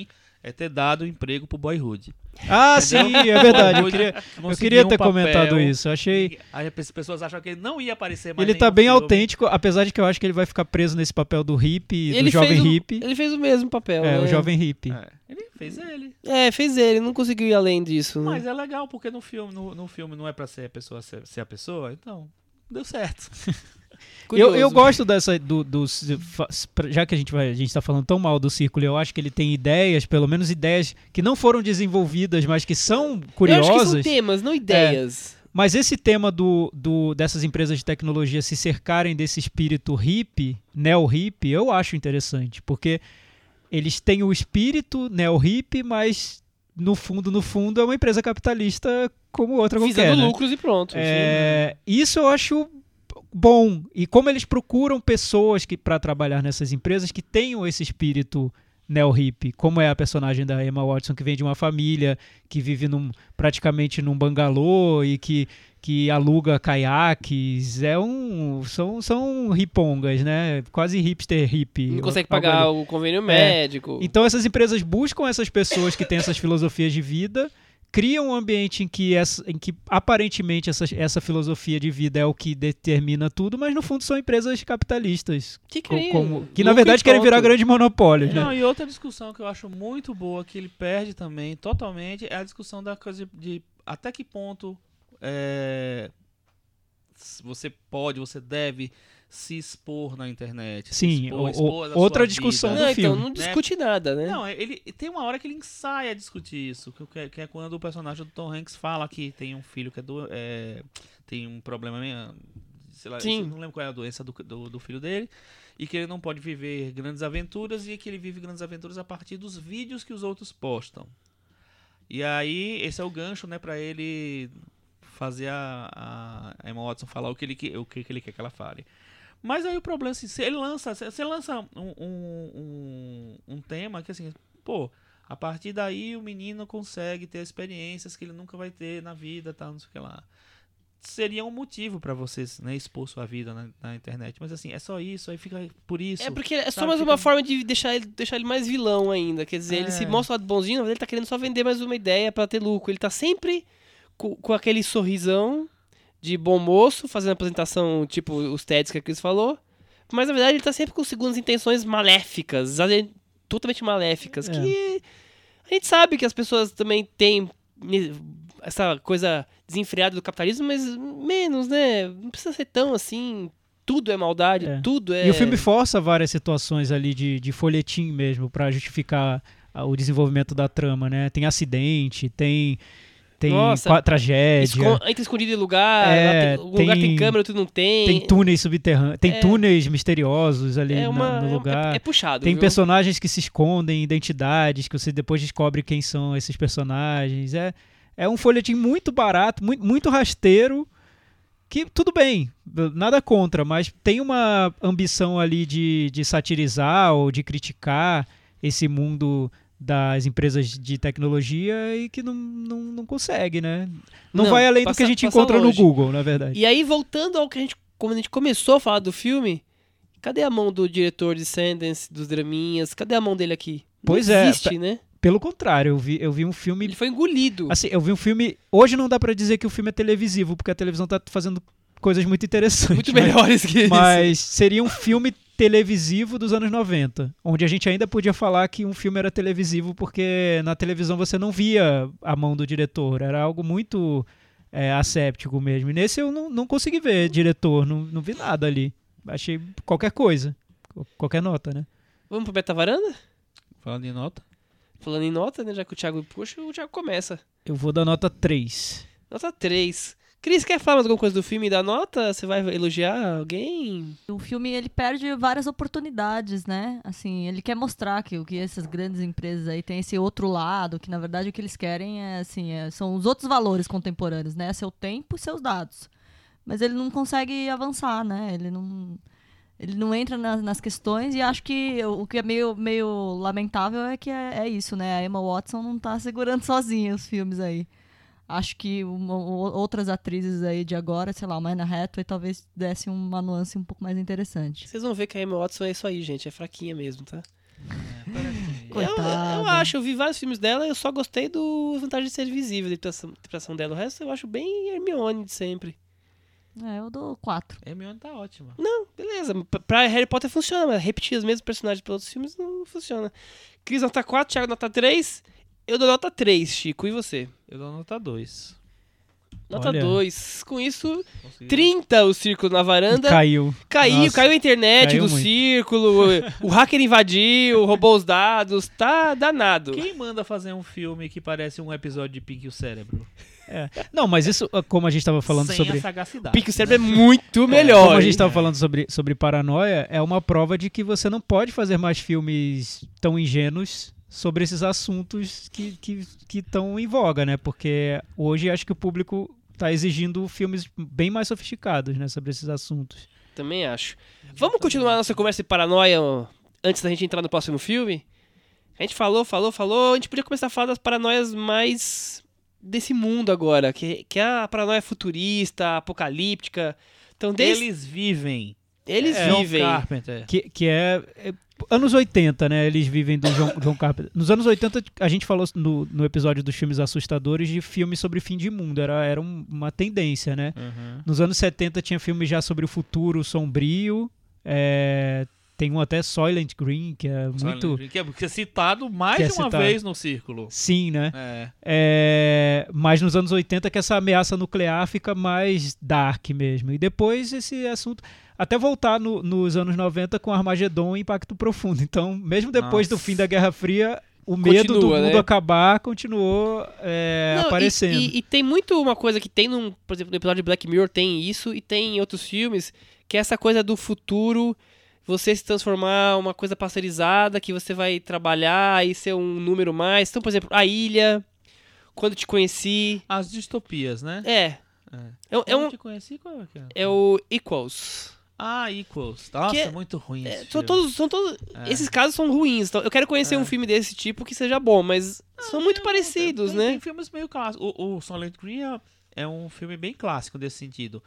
é ter dado emprego pro Boyhood. Ah, sim, é verdade. Eu Boyhood queria, eu conseguiu queria um ter papel, comentado isso. Eu achei. Aí as pessoas acham que ele não ia aparecer mais. Ele em tá nenhum bem filme. autêntico, apesar de que eu acho que ele vai ficar preso nesse papel do hippie, do Ele jovem fez o- hippie. Ele fez o mesmo papel. É, né? o jovem hippie. É, ele fez ele. É, fez ele, não conseguiu ir além disso. Né? Mas é legal, porque no filme, no, no filme não é pra ser a pessoa ser, ser a pessoa, então deu certo. Eu, Curioso. eu gosto dessa do, do já que a gente vai a gente tá falando tão mal do Círculo, eu acho que ele tem ideias, pelo menos ideias que não foram desenvolvidas, mas que são Eu acho que curiosas. são temas, não ideias. Mas esse tema do, do dessas empresas de tecnologia se cercarem desse espírito hippie, neo-hippie, eu acho interessante, porque eles têm o espírito neo-hippie, mas no fundo, no fundo, é uma empresa capitalista como outra qualquer, Visando né? lucros e pronto. É, isso eu acho bom. E como eles procuram pessoas que para trabalhar nessas empresas que tenham esse espírito neo-hippie, como é a personagem da Emma Watson, que vem de uma família que vive num, praticamente num bangalô e que, que aluga caiaques. É um, são, são ripongas, né? Quase hipster hippie. Não consegue algo pagar ali. o convênio médico. Então essas empresas buscam essas pessoas que têm essas filosofias de vida, criam um ambiente em que, essa, em que aparentemente essa, essa filosofia de vida é o que determina tudo, mas no fundo são empresas capitalistas. Que co- cria. como- que na Lucro verdade e querem virar pronto. grandes monopólios, né? Não, e outra discussão que eu acho muito boa, que ele perde também totalmente, é a discussão da coisa de, de até que ponto é, s- você pode, você deve se expor na internet. se Sim, expor, o- o- expor a sua outra vida. discussão do Não, então filme, não discute nada, né? Não, ele tem uma hora que ele ensaia a discutir isso, que, é- que é quando o personagem do Tom Hanks fala que tem um filho que é do, é, tem um problema, meio- sei lá, Sim. eu não lembro qual é a doença do, do, do filho dele, e que ele não pode viver grandes aventuras e que ele vive grandes aventuras a partir dos vídeos que os outros postam. E aí, esse é o gancho, né, pra ele fazer a, a Emma Watson falar o que ele, que- o que, que ele quer que ela fale. Mas aí o problema, assim, se ele lança, se você lança um, um, um, um tema que, assim, pô, a partir daí o menino consegue ter experiências que ele nunca vai ter na vida, tal, não sei o que lá. Seria um motivo pra vocês, né, expor sua vida na, na internet. Mas, assim, é só isso, aí fica por isso. É porque é só sabe, mais fica- uma forma de deixar ele, deixar ele mais vilão ainda. Quer dizer, ele É. se mostra o lado bonzinho, mas ele tá querendo só vender mais uma ideia pra ter lucro. Ele tá sempre com, com aquele sorrisão de bom moço, fazendo a apresentação, tipo os T E Ds que a Cris falou. Mas na verdade ele tá sempre com segundas intenções maléficas, às vezes totalmente maléficas. É. Que a gente sabe que as pessoas também têm essa coisa desenfreada do capitalismo, mas menos, né? Não precisa ser tão assim. Tudo é maldade, É. tudo é. E o filme força várias situações ali de, de folhetim mesmo pra justificar a- o desenvolvimento da trama, né? Tem acidente, tem, tem Nossa, qua- tragédia, Escon- entra escondido em lugar, É, lá tem- o lugar tem- tem câmera, outro não tem. tem túneis subterrâneos, tem É. túneis misteriosos ali é na- uma, no é- lugar. É, é puxado. Tem viu? personagens que se escondem, identidades, que você depois descobre quem são esses personagens. É, é um folhetim muito barato, muito, muito rasteiro, que tudo bem, nada contra, mas tem uma ambição ali de, de satirizar ou de criticar esse mundo das empresas de tecnologia e que não, não, não consegue, né? Não, Não, vai além do passa- que a gente passa encontra longe. no Google, na verdade. E aí, voltando ao que a gente. Como a gente começou a falar do filme, cadê a mão do diretor de Sundance, dos draminhas? Cadê a mão dele aqui? Não Pois é, existe, né? Pelo contrário, eu vi, eu vi um filme Ele foi engolido. Assim, eu vi um filme. Hoje não dá pra dizer que o filme é televisivo, porque a televisão tá fazendo coisas muito interessantes. Muito mas- melhores que isso. Mas seria um filme televisivo dos anos noventa, onde a gente ainda podia falar que um filme era televisivo, porque na televisão você não via a mão do diretor. Era algo muito é, asséptico mesmo. E nesse eu não, não consegui ver diretor, não, não vi nada ali. Achei qualquer coisa. Qualquer nota, né? Vamos pro Beta Varanda? Falando em nota. Falando em nota, né? Já que o Thiago puxa, o Thiago começa. Eu vou dar nota três. Nota três. Cris, quer falar mais alguma coisa do filme e da nota? Você vai elogiar alguém? O filme, ele perde várias oportunidades, né? Assim, ele quer mostrar que o que essas grandes empresas aí têm esse outro lado, que na verdade o que eles querem é, assim, é- são os outros valores contemporâneos, né? Seu tempo e seus dados. Mas ele não consegue avançar, né? Ele não, ele não entra na- nas questões e acho que o o que é meio, meio lamentável é que é, é isso, né? A Emma Watson não tá segurando sozinha os filmes aí. Acho que uma- o- outras atrizes aí de agora, sei lá, o Anne Hathaway talvez desse uma nuance um pouco mais interessante. Vocês vão ver que a Emma Watson é isso aí, gente. É fraquinha mesmo, tá? É, parece Eu, Coitada. eu acho, eu vi vários filmes dela, eu só gostei do Vantagem de Ser Visível, da interpretação, interpretação dela. O resto eu acho bem Hermione de sempre. É, eu dou quatro. Hermione tá ótima. Não, beleza. Pra- Pra Harry Potter funciona, mas repetir os mesmos personagens para outros filmes não funciona. Cris nota quatro, Thiago nota três. Eu dou nota três, Chico. E você? Eu dou nota dois. Nota Olha. dois. Com isso, Consegui. trinta o círculo na varanda. Caiu. Caiu, Nossa, caiu a internet caiu do muito. círculo. O hacker invadiu, roubou os dados. Tá danado. Quem manda fazer um filme que parece um episódio de Pink e o Cérebro? Não, mas isso, como a gente estava falando Sem sobre... a sagacidade. Pique o cérebro é muito melhor. Como a gente hein? estava falando sobre, sobre paranoia, é uma prova de que você não pode fazer mais filmes tão ingênuos sobre esses assuntos que que que estão em voga, né? Porque hoje acho que o público está exigindo filmes bem mais sofisticados, né, sobre esses assuntos. Também acho. Vamos continuar a nossa conversa de paranoia ó, antes da gente entrar no próximo filme? A gente falou, falou, falou. A gente podia começar a falar das paranoias mais desse mundo agora, que, que é a paranoia futurista, apocalíptica. Então, desde... Eles vivem. Eles É, John vivem. Carpenter. Que, que é, é anos oitenta, né? Eles vivem do John, John Carpenter. Nos anos oitenta, a gente falou no, no episódio dos filmes assustadores de filmes sobre fim de mundo. Era, era um- uma tendência, né? Uhum. Nos anos setenta tinha filmes já sobre o futuro sombrio. é, tem um até Soylent Green, que é muito... Que é, que é citado mais Que é de uma citado. vez no círculo. Sim, né? É. É, mas nos anos oitenta que essa ameaça nuclear fica mais dark mesmo. E depois esse assunto... Até voltar no- nos anos noventa com Armagedon e Impacto Profundo. Então, mesmo depois do Nossa. fim da Guerra Fria, o medo do Continua, mundo né? acabar continuou é, Não, e- aparecendo. E, e tem muito uma coisa que tem, num, por exemplo, no episódio de Black Mirror tem isso, e tem em outros filmes, que é essa coisa do futuro, você se transformar uma coisa pasteurizada, que você vai trabalhar e ser um número mais. Então, por exemplo, A Ilha, Quando Te Conheci. As distopias, né? É. É. É, um- é, Eu um, te conheci, qual é que é? é o Equals. Ah, Equals. Nossa, Que é- é muito ruim É, esse são filme. todos, são todos, É. esses casos são ruins. Então, eu quero conhecer É. um filme desse tipo que seja bom, mas são muito Não, parecidos, tem, né? Tem filmes meio clássicos. O, o Silent Green é, é um filme bem clássico desse sentido.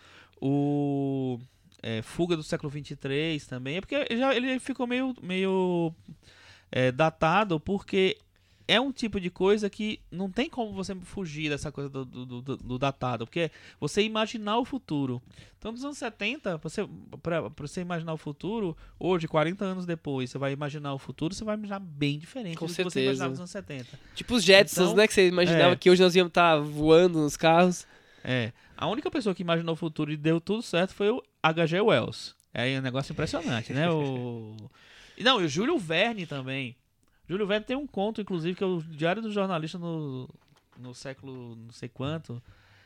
O é, Fuga do Século vinte e três também. É porque já, ele ficou meio, meio é, datado, porque é um tipo de coisa que não tem como você fugir dessa coisa do, do, do- do datado, porque é você imaginar o futuro. Então, nos anos setenta, você, pra, pra você imaginar o futuro, hoje, quarenta anos depois, você vai imaginar o futuro, você vai imaginar bem diferente Com do que você certeza. imaginava nos anos setenta. Tipo os Jetsons, Então, né? Que você imaginava é. que hoje nós íamos estar voando nos carros. É. A única pessoa que imaginou o futuro e deu tudo certo foi o H G. Wells. É um negócio impressionante, né? O... E Não, e o Júlio Verne também. Júlio Verne tem um conto, inclusive, que é o Diário do Jornalista no, no século não sei quanto.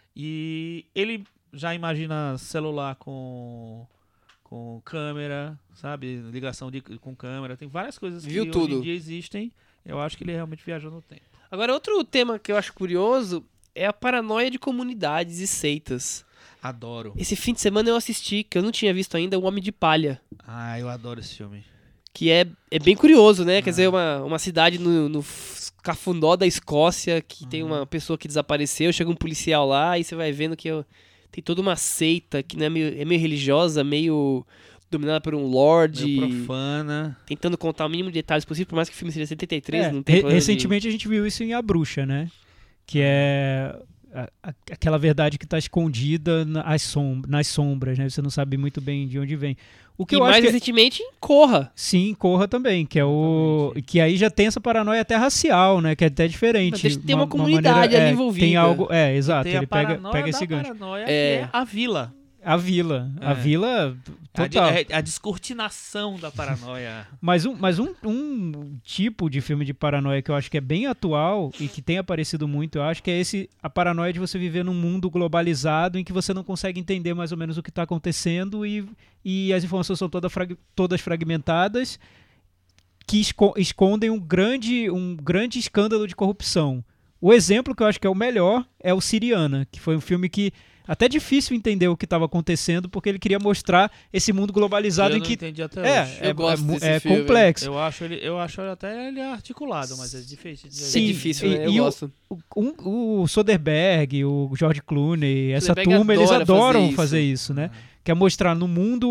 E ele já imagina celular com, com câmera, sabe? Ligação de, com câmera. Tem várias coisas que Viu hoje tudo. em dia existem. Eu acho que ele realmente viajou no tempo. Agora, outro tema que eu acho curioso é a paranoia de comunidades e seitas. Adoro. Esse fim de semana eu assisti, que eu não tinha visto ainda, O Homem de Palha. Ah, eu adoro esse filme. Que é, é bem curioso, né? Ah. Quer dizer, uma, uma cidade no, no f- cafundó da Escócia, que tem Uhum. uma pessoa que desapareceu, chega um policial lá e você vai vendo que ó, tem toda uma seita que né, meio, é meio religiosa, meio dominada por um lord, Meio profana. tentando contar o mínimo de detalhes possível, por mais que o filme seja setenta e três, É, não tem re- problema de- recentemente a gente viu isso em A Bruxa, né? Que é a- a- aquela verdade que está escondida nas, som- nas sombras, né? Você não sabe muito bem de onde vem. O que E eu mais acho que é- recentemente, em Corra. sim, Corra também, que é o Exatamente. que aí já tem essa paranoia até racial, né? Que é até diferente. Mas tem uma comunidade ali é, envolvida. Tem algo, é, exato. Tem a Ele pega, paranoia pega da esse gancho. paranoia, É. que é a vila. A vila, a É. vila A, de- total. é a descortinação da paranoia. Mas, um, mas um, um tipo de filme de paranoia que eu acho que é bem atual e que tem aparecido muito, eu acho que é esse a paranoia de você viver num mundo globalizado em que você não consegue entender mais ou menos o que está acontecendo e, e as informações são toda frag- todas fragmentadas que esco- escondem um grande, um grande escândalo de corrupção. O exemplo que eu acho que é o melhor é o Siriana, que foi um filme que até difícil entender o que estava acontecendo porque ele queria mostrar esse mundo globalizado eu em não que entendi até é, hoje. Eu é, gosto é mu- desse é filme. complexo. Eu acho ele, eu acho até ele articulado, mas é difícil de Sim, é difícil, e- né? Eu e o- gosto. O, um- o Soderbergh, o George Clooney, essa Soderbergh turma, eles adora adoram fazer fazer isso. isso, né? Que é mostrar no mundo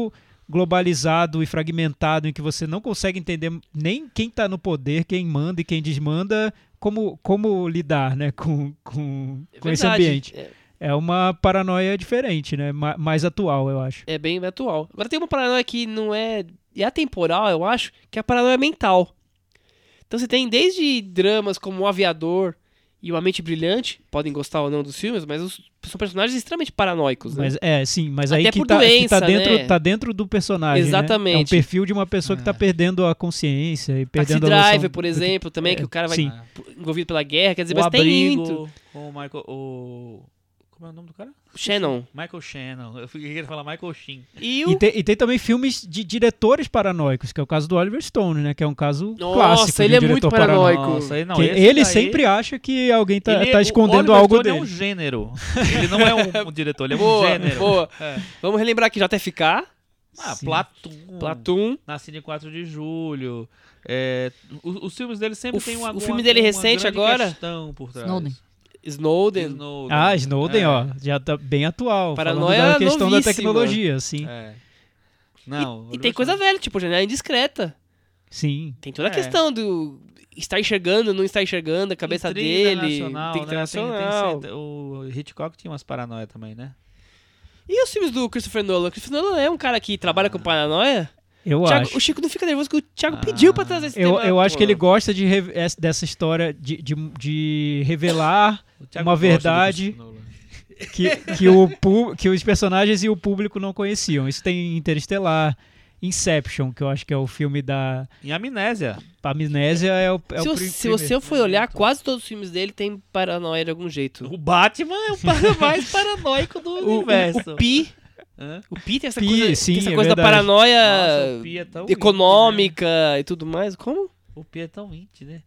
globalizado e fragmentado em que você não consegue entender nem quem está no poder, quem manda e quem desmanda, como, como lidar, né, com, com, É com esse verdade. ambiente. É, É uma paranoia diferente, né? Ma- mais atual, eu acho. é bem atual. Agora tem uma paranoia que não é... é atemporal, eu acho, que é a paranoia mental. Então você tem desde dramas como O Aviador e Uma Mente Brilhante, podem gostar ou não dos filmes, mas os, são personagens extremamente paranoicos, né? Mas é, sim, mas Até aí que por tá, que doença, tá dentro, né? tá dentro do personagem, né? É um Exatamente. perfil de uma pessoa que tá É. perdendo a consciência e Taxi perdendo a noção Driver, por do que- exemplo, também, é, que o cara vai sim. envolvido pela guerra, quer dizer, O mas tem Abrigo, muito. com o Michael... O... Como é o nome do cara? Shannon. Michael Shannon. Eu queria falar Michael Sheen. E o... E tem, e tem também filmes de diretores paranoicos, que é o caso do Oliver Stone, né? Que é um caso Nossa, clássico ele de um é diretor muito paranoico. paranoico. Nossa, aí não, Que esse ele daí- sempre acha que alguém tá, ele- tá o escondendo Oliver algo Stone dele. é um gênero. Ele não é um, um diretor, ele é um boa, gênero. boa. É. Vamos relembrar aqui, J F K, Ah, Sim. Platoon. Platoon. Nasci em quatro de julho. É, os, os filmes dele sempre O tem f- uma o uma- filme dele uma recente grande agora? questão por trás. Snowden. Snowden. Snowden. Ah, Snowden, É, ó, já tá bem atual. Paranoia falando da questão da novíssima. tecnologia, sim. É. Não, E tem coisa velha, tipo, janela indiscreta. Sim. Tem toda a É. questão do estar enxergando, não estar enxergando, a cabeça Intriga dele. Internacional, Intriga né? Tem- tem internacional. sempre- o Hitchcock tinha umas paranoia também, né? E os filmes do Christopher Nolan? O Christopher Nolan é um cara que trabalha com paranoia. Eu Thiago- acho. o Chico não fica nervoso que o Thiago Ah. pediu pra trazer esse Eu, tema. eu acho pô. que ele gosta de re- essa- dessa história de, de, de revelar O Thiago uma gosta do verdade Christopher Nolan. que, que, o, pu- que os personagens e o público não conheciam. Isso tem Interestelar, Inception, que eu acho que é o filme da Em Amnésia. Amnésia. É o, é se, o você- pri- se você primeiro. for olhar, quase todos os filmes dele tem paranoia de algum jeito. O Batman é o para- mais paranoico do O, o, universo. o Pi, Hã? o Pi tem essa Pi, coisa, sim, tem essa é coisa da verdade. paranoia Nossa, o Pi é tão econômica e tudo mais. Como? indie, né? O Pi é tão indie, né?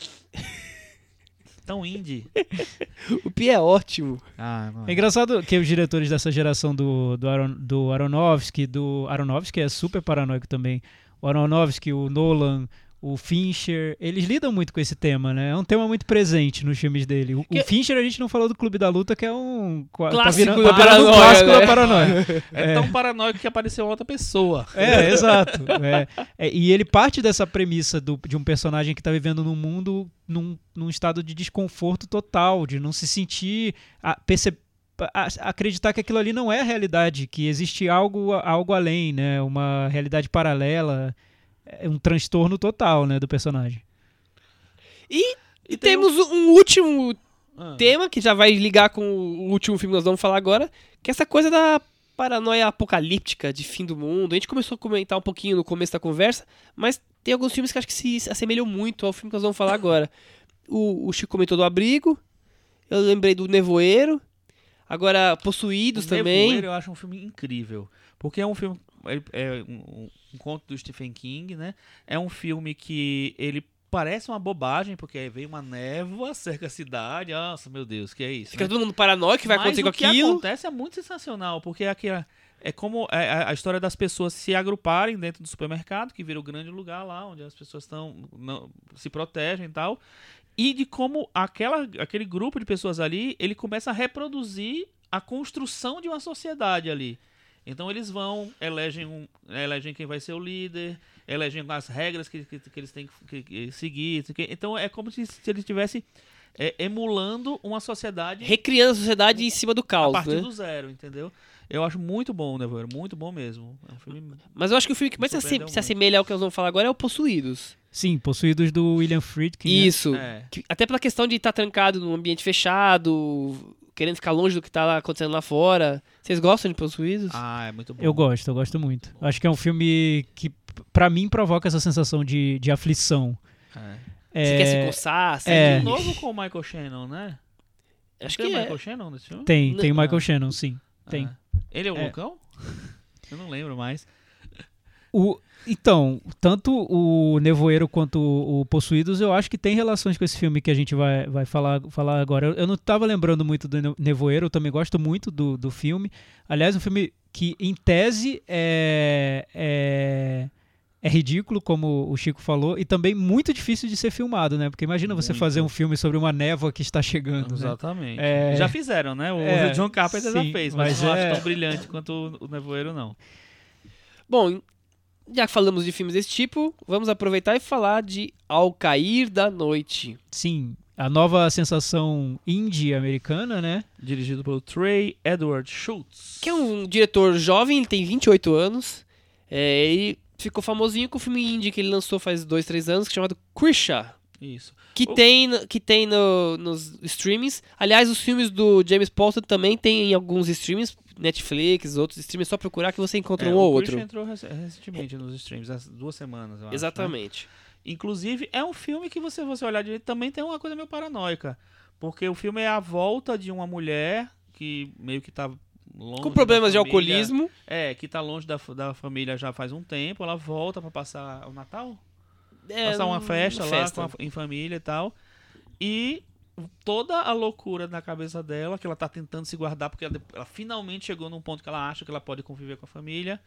Tão indie. O Pi é ótimo. Ah, não É engraçado que os diretores dessa geração do, do, Aron, do Aronofsky, do Aronofsky é super paranoico também. O Aronofsky, o Nolan, o Fincher, eles lidam muito com esse tema, né? É um tema muito presente nos filmes dele. O, Que- o Fincher a gente não falou do Clube da Luta, que é um qua- Clássico tá virando, da tá virando um paranoia, clássico né? da paranoia. É, tão paranoico que apareceu outra pessoa. É, exato. É. É, e ele parte dessa premissa do- de um personagem que está vivendo num mundo num, num estado de desconforto total, de não se sentir, a, perce- a- acreditar que aquilo ali não é a realidade, que existe algo, algo além, né? Uma realidade paralela, é um transtorno total, né, do personagem. E, E tem temos um último Ah. tema que já vai ligar com o último filme que nós vamos falar agora, que é essa coisa da paranoia apocalíptica de fim do mundo. A gente começou a comentar um pouquinho no começo da conversa, mas tem alguns filmes que acho que se assemelham muito ao filme que nós vamos falar agora. O, o Chico comentou do Abrigo, eu lembrei do Nevoeiro, agora Possuídos O também. Nevoeiro eu acho um filme incrível. Porque é um filme. ele- É um, um- um conto do Stephen King, né? É um filme que ele parece uma bobagem, porque aí vem uma névoa, cerca a cidade. Nossa, meu Deus, que é isso? Fica né? todo mundo paranoico que vai Mas acontecer com o que aquilo. acontece é muito sensacional, porque é, aqui, é como é a, a história das pessoas se agruparem dentro do supermercado, que vira o grande lugar lá, onde as pessoas estão não, se protegem e tal, e de como aquela, aquele grupo de pessoas ali, ele começa a reproduzir a construção de uma sociedade ali. Então eles vão, elegem, um, elegem quem vai ser o líder, elegem as regras que, que, que eles têm que, que seguir. que- Então é como se, se ele estivesse é, emulando uma sociedade Recriando a sociedade em cima do a caos, partir né? do zero, entendeu? Eu acho muito bom o Nevoeiro, muito bom mesmo. É um filme... Mas eu acho que o filme que mais se, asse- Surpreendeu se muito. assemelha ao que nós vamos falar agora é o Possuídos. Sim, Possuídos do William Friedkin. né? Isso. É. Que- até pela questão de estar trancado num ambiente fechado, querendo ficar longe do que tá lá acontecendo lá fora. Vocês gostam de Possuídos? Ah, é muito bom. Eu gosto, eu gosto muito. Acho que é um filme que, pra mim, provoca essa sensação de, de aflição. É. Você É, quer se coçar? Assim? é. De novo com o Michael Shannon, né? Acho Tem que o é. Michael Shannon nesse filme? Tem, tem o Não. Michael Shannon, sim. Tem. Ah. Ele é o É. Lucão? Eu não lembro mais. O, então, tanto o Nevoeiro quanto o, o Possuídos, eu acho que tem relações com esse filme que a gente vai, vai falar, falar agora. Eu, eu não estava lembrando muito do Ne- Nevoeiro, eu também gosto muito do, do filme. Aliás, um filme que, em tese, é, é, é ridículo, como o Chico falou, e também muito difícil de ser filmado, né? Porque imagina você Muito. fazer um filme sobre uma névoa que está chegando, né? Exatamente. É. Já fizeram, né? O É, John Carpenter sim, já fez, mas, mas não é- acho tão brilhante quanto o, o Nevoeiro, não. Bom, já que falamos de filmes desse tipo, vamos aproveitar e falar de Ao Cair da Noite. Sim, a nova sensação indie americana, né? Dirigido pelo Trey Edward Schultz. Que é um diretor jovem, ele tem vinte e oito anos. É, ele ficou famosinho com o filme indie que ele lançou faz dois, três anos, que é chamado Krisha. Isso. Que O- tem, no- que tem no, nos streamings. Aliás, os filmes do James Paulson também tem em alguns streamings, Netflix, outros streamings, é só procurar que você encontra É, um ou o outro. Christian entrou rec- recentemente nos streams, há duas semanas, eu acho, né? Exatamente. Inclusive, é um filme que você, você olhar direito, também tem uma coisa meio paranoica. Porque o filme é a volta de uma mulher que meio que tá longe Com problemas de da família. alcoolismo. É, que tá longe da, fa- da família já faz um tempo. Ela volta pra passar o Natal? É, Passar uma festa lá festa. com a- em família e tal. E toda a loucura na cabeça dela, que ela tá tentando se guardar, porque ela, ela finalmente chegou num ponto que ela acha que ela pode conviver com a família.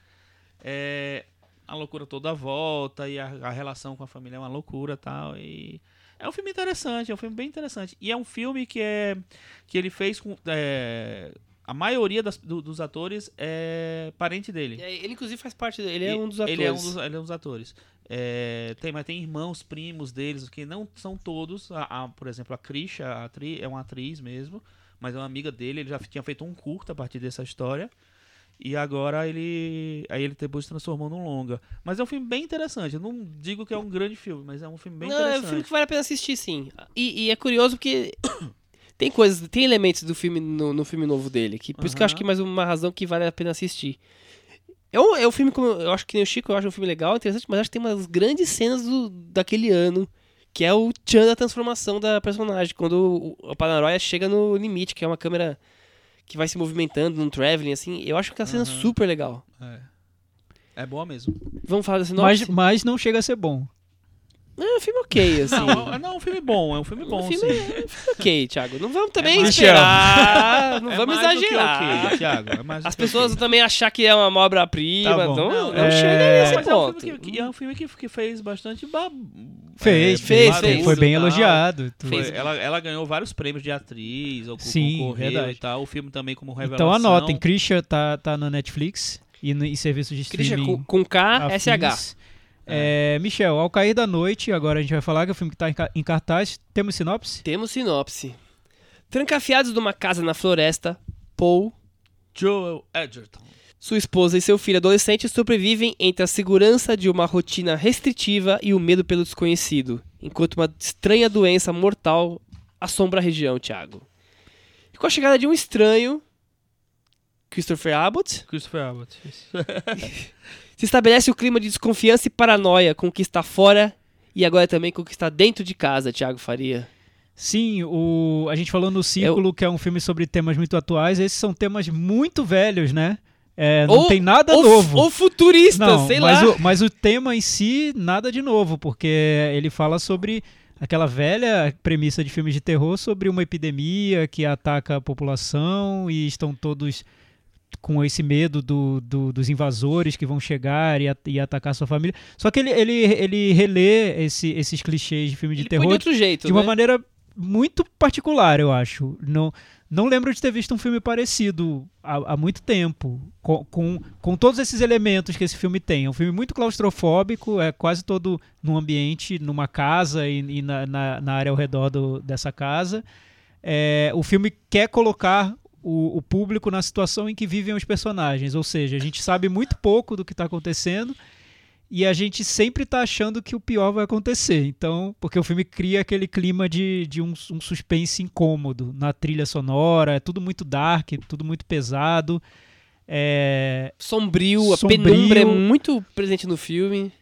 É, a loucura toda à volta e a, a relação com a família é uma loucura e tal. E é um filme interessante, é um filme bem interessante. E é um filme que, é, que ele fez com... é, a maioria das- do- dos atores é parente dele. É, ele, inclusive, faz parte dele. Ele é um dos atores. Ele é um dos, ele é um dos atores. É, tem, mas tem irmãos, primos deles, que não são todos. A, a- por exemplo, a Krisha a atri- é uma atriz mesmo, mas é uma amiga dele. Ele já tinha feito um curta a partir dessa história. E agora ele. Aí ele depois se transformou num longa. Mas é um filme bem interessante. Eu não digo que é um grande filme, mas é um filme bem Não, é um interessante. filme que vale a pena assistir, sim. E, e é curioso porque tem coisas, tem elementos do filme no, no filme novo dele. Que, por isso que eu acho Aham. que é mais uma razão que vale a pena assistir. É um, é um filme, como eu acho que nem o Chico, eu acho um filme legal, interessante, mas acho que tem umas grandes cenas do, daquele ano, que é o tchan da transformação da personagem, quando o, o Paranoia chega no limite, que é uma câmera que vai se movimentando num traveling, assim. Eu acho que é uma cena Aham. super legal. É. É boa mesmo. Vamos falar dessa Mas, sinopse? mas não chega a ser bom. É um filme ok, assim. Não, é, não, é um filme bom, é um filme bom, um filme, sim. é um filme ok, Thiago. Não vamos também mais- esperar, não É vamos mais do que exagerar. ok, Thiago, é mais do As que pessoas ok. vão também achar que é uma obra-prima, Tá bom. não, não, Não, é- chega nesse Mas é um ponto. filme que, que- é um filme que, que fez bastante ba... Fez, é, fez, barulho fez. Foi bem e tal. elogiado. tudo. Fez. Foi- ela, ela ganhou vários prêmios de atriz, ou Sim, concorreu verdade. e tal. O filme também como revelação. Então anotem, Krisha tá, tá na Netflix e no, em serviços de Christian, streaming. com, com K, S H. afins. É, Michel, Ao Cair da Noite, agora a gente vai falar que é o filme que tá em, ca- em cartaz. Temos sinopse? Temos sinopse. Trancafiados numa casa na floresta, Paul, Joel Edgerton. sua esposa e seu filho adolescente sobrevivem entre a segurança de uma rotina restritiva e o medo pelo desconhecido, enquanto uma estranha doença mortal assombra a região, Thiago. E com a chegada de um estranho, Christopher Abbott, Christopher Abbott. se estabelece o clima de desconfiança e paranoia com o que está fora e agora também com o que está dentro de casa, Thiago Faria. Sim, o, a gente falou no Círculo, que é um filme sobre temas muito atuais. Esses são temas muito velhos, né? É, não Ou- tem nada ou, novo. Ou futurista, Não, sei mas lá. O, mas o tema em si, nada de novo, porque ele fala sobre aquela velha premissa de filmes de terror sobre uma epidemia que ataca a população e estão todos com esse medo do, do- dos invasores que vão chegar e, at- e atacar sua família. Só que ele, ele, ele relê esse- esses clichês de filme de Ele põe terror de outro jeito, de uma né? maneira muito particular, eu acho. Não, não lembro de ter visto um filme parecido há, há muito tempo, com, com, com todos esses elementos que esse filme tem. É um filme muito claustrofóbico, é quase todo num ambiente, numa casa e, e na, na, na área ao redor do, dessa casa. É, o filme quer colocar o, o público na situação em que vivem os personagens, ou seja, a gente sabe muito pouco do que está acontecendo e a gente sempre tá achando que o pior vai acontecer. Então, porque o filme cria aquele clima de, de um, um suspense incômodo na trilha sonora, é tudo muito dark, tudo muito pesado. É... Sombrio, a Sombrio. penumbra é muito presente no filme.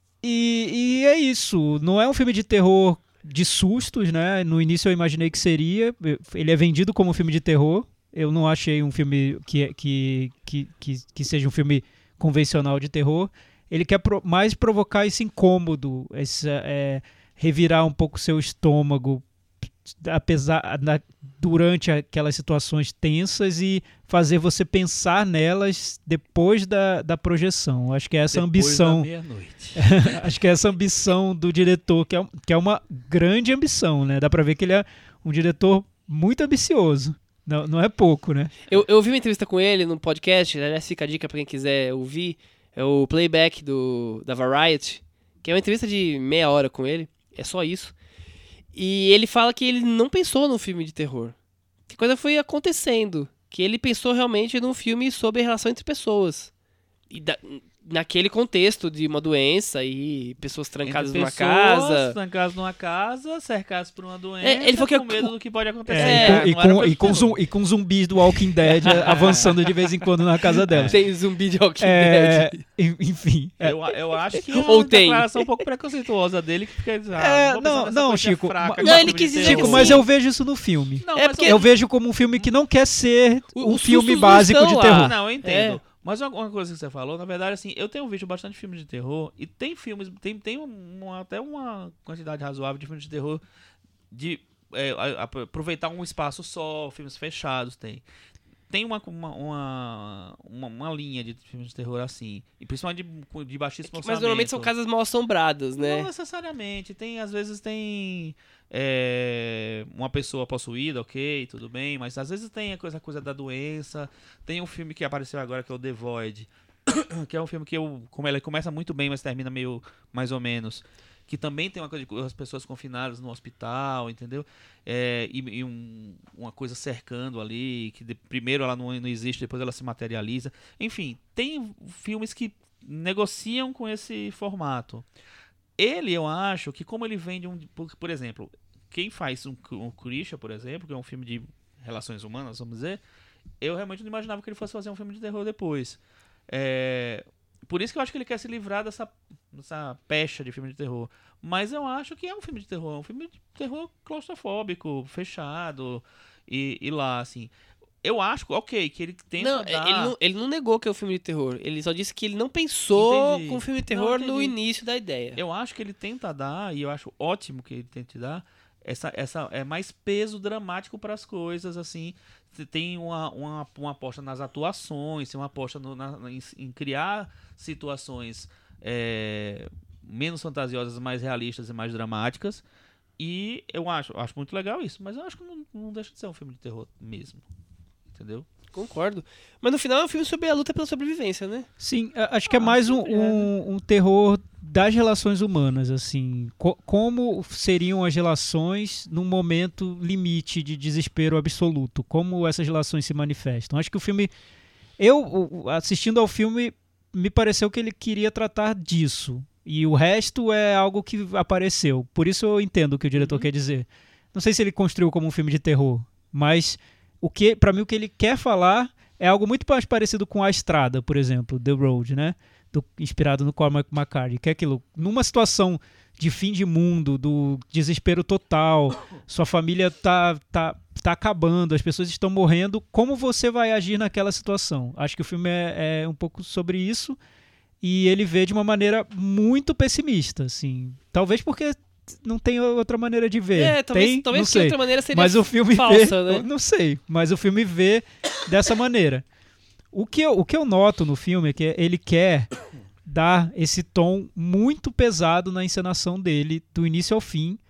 E, e é isso. Não é um filme de terror de sustos, né? No início eu imaginei que seria. Ele é vendido como um filme de terror. Eu não achei um filme que, que, que, que, que seja um filme convencional de terror. Ele quer pro, mais provocar esse incômodo, esse, é, revirar um pouco o seu estômago apesar, na, durante aquelas situações tensas e fazer você pensar nelas depois da, da projeção. Acho que é essa Depois ambição. da meia-noite. Acho que é essa ambição do diretor, que é, que é uma grande ambição, né? Dá pra ver que ele é um diretor muito ambicioso. Não, não é pouco, né? Eu, eu vi uma entrevista com ele no podcast, aliás, fica a dica pra quem quiser ouvir. É o Playback do, da Variety, que é uma entrevista de meia hora com ele. É só isso. E ele fala que ele não pensou num filme de terror. Que a coisa foi acontecendo. Que ele pensou realmente num filme sobre a relação entre pessoas. E da, naquele contexto de uma doença e pessoas trancadas Entre numa pessoas, casa. trancadas numa casa, cercadas por uma doença, É, ele falou que com a- medo do que pode acontecer. É, e, não com, era e, com, filme e, com de zum- terror. e com zumbis do Walking Dead avançando de vez em quando na casa dela. Tem zumbi de Walking É, Dead. en- enfim. é, Eu, eu acho que é Ou uma tem. declaração um pouco preconceituosa dele que fica dizendo, ah, É, vou pensar não, nessa não, coisa Chico, fraca ma- de Não, filme ele de quis dizer terror. Chico, assim. mas eu vejo isso no filme. Não, É mas porque- Eu vejo como um filme que não quer ser O- um os filme sustos não básico estão de lá. terror. Não, eu entendo. É. Mas uma, uma coisa que você falou, na verdade, assim, eu tenho visto bastante filmes de terror e tem filmes, tem, tem um- até uma quantidade razoável de filmes de terror de é, a- a- aproveitar um espaço só, filmes fechados, tem. Tem uma, uma, uma, uma, uma linha de filmes de terror assim, e principalmente de, de baixíssimo Mas orçamento. normalmente são casas mal assombradas, Não né? necessariamente. Tem, às vezes tem é, uma pessoa possuída, ok, tudo bem, mas às vezes tem a coisa, a coisa da doença. Tem um filme que apareceu agora que é o The Void, que é um filme que eu, como ele começa muito bem, mas termina meio mais ou menos. Que também tem uma coisa de as pessoas confinadas no hospital, entendeu? É, e e um- uma coisa cercando ali, que de- primeiro ela não, não existe, depois ela se materializa. Enfim, tem filmes que negociam com esse formato. Ele, eu acho que como ele vem de um... Por, por exemplo, quem faz um, um Krisha, por exemplo, que é um filme de relações humanas, vamos dizer, eu realmente não imaginava que ele fosse fazer um filme de terror depois. É, por isso que eu acho que ele quer se livrar dessa, dessa pecha de filme de terror. Mas eu acho que é um filme de terror, é um filme de terror claustrofóbico, fechado, e, e lá, assim... Eu acho, ok, que ele tenta Não, dar... ele não, ele não negou que é um filme de terror. Ele só disse que ele não pensou Entendi. com um filme de Não, terror no entendi. início da ideia. Eu acho que ele tenta dar, e eu acho ótimo que ele tente dar, essa, essa é mais peso dramático para as coisas, assim. Você tem uma, uma, uma aposta nas atuações, tem uma aposta no, na, em, em criar situações é, menos fantasiosas, mais realistas e mais dramáticas. E eu acho, eu acho muito legal isso, mas eu acho que não, não deixa de ser um filme de terror mesmo. Entendeu? Concordo. Mas no final é um filme sobre a luta pela sobrevivência, né? Sim, a- acho que é Ah, mais um, sempre é, né? um, um terror das relações humanas, assim. Co- como seriam as relações num momento limite de desespero absoluto? Como essas relações se manifestam? Acho que o filme... Eu, o- assistindo ao filme, me pareceu que ele queria tratar disso. E o resto é algo que apareceu. Por isso eu entendo o que o diretor Uhum. quer dizer. Não sei se ele construiu como um filme de terror, mas... O que, para mim, o que ele quer falar é algo muito mais parecido com A Estrada, por exemplo, The Road, né? Do, inspirado no Cormac McCarthy, que é aquilo, numa situação de fim de mundo, do desespero total, sua família tá, tá, tá acabando, as pessoas estão morrendo, como você vai agir naquela situação? Acho que o filme é, é um pouco sobre isso, e ele vê de uma maneira muito pessimista, assim. Talvez porque não tem outra maneira de ver. É, talvez, tem, talvez não de sei. outra maneira seria Mas o filme falsa, vê, né? não sei, mas o filme vê dessa maneira. O que, eu, o que eu noto no filme é que ele quer dar esse tom muito pesado na encenação dele, do início ao fim,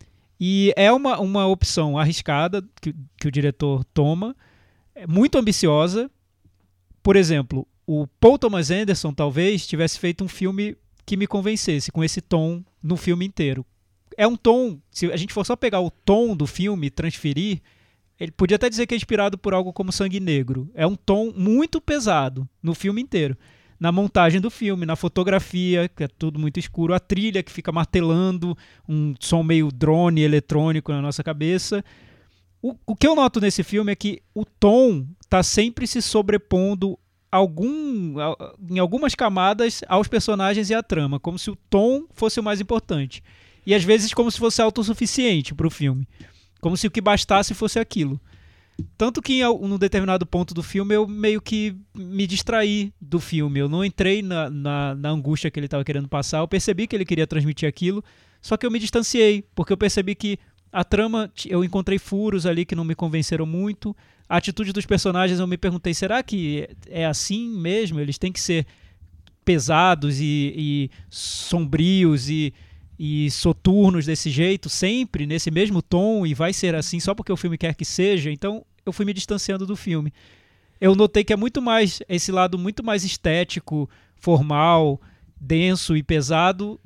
e é uma, uma opção arriscada que, que o diretor toma, é muito ambiciosa. Por exemplo, o Paul Thomas Anderson talvez tivesse feito um filme que me convencesse, com esse tom no filme inteiro. É um tom, se a gente for só pegar o tom do filme e transferir, ele podia até dizer que é inspirado por algo como Sangue Negro. É um tom muito pesado no filme inteiro. Na montagem do filme, na fotografia, que é tudo muito escuro, a trilha que fica martelando, um som meio drone eletrônico na nossa cabeça. O, o que eu noto nesse filme é que o tom está sempre se sobrepondo algum, a- em algumas camadas aos personagens e à trama, como se o tom fosse o mais importante. E às vezes como se fosse autossuficiente para o filme. Como se o que bastasse fosse aquilo. Tanto que em al- num determinado ponto do filme eu meio que me distraí do filme. Eu não entrei na, na, na angústia que ele estava querendo passar. Eu percebi que ele queria transmitir aquilo, só que eu me distanciei, porque eu percebi que a trama, t- eu encontrei furos ali que não me convenceram muito. A atitude dos personagens, eu me perguntei, será que é assim mesmo? Eles têm que ser pesados e, e sombrios e, e soturnos desse jeito, sempre nesse mesmo tom, e vai ser assim só porque o filme quer que seja? Então eu fui me distanciando do filme. eu notei que é muito mais, esse lado muito mais estético, formal, denso e pesado,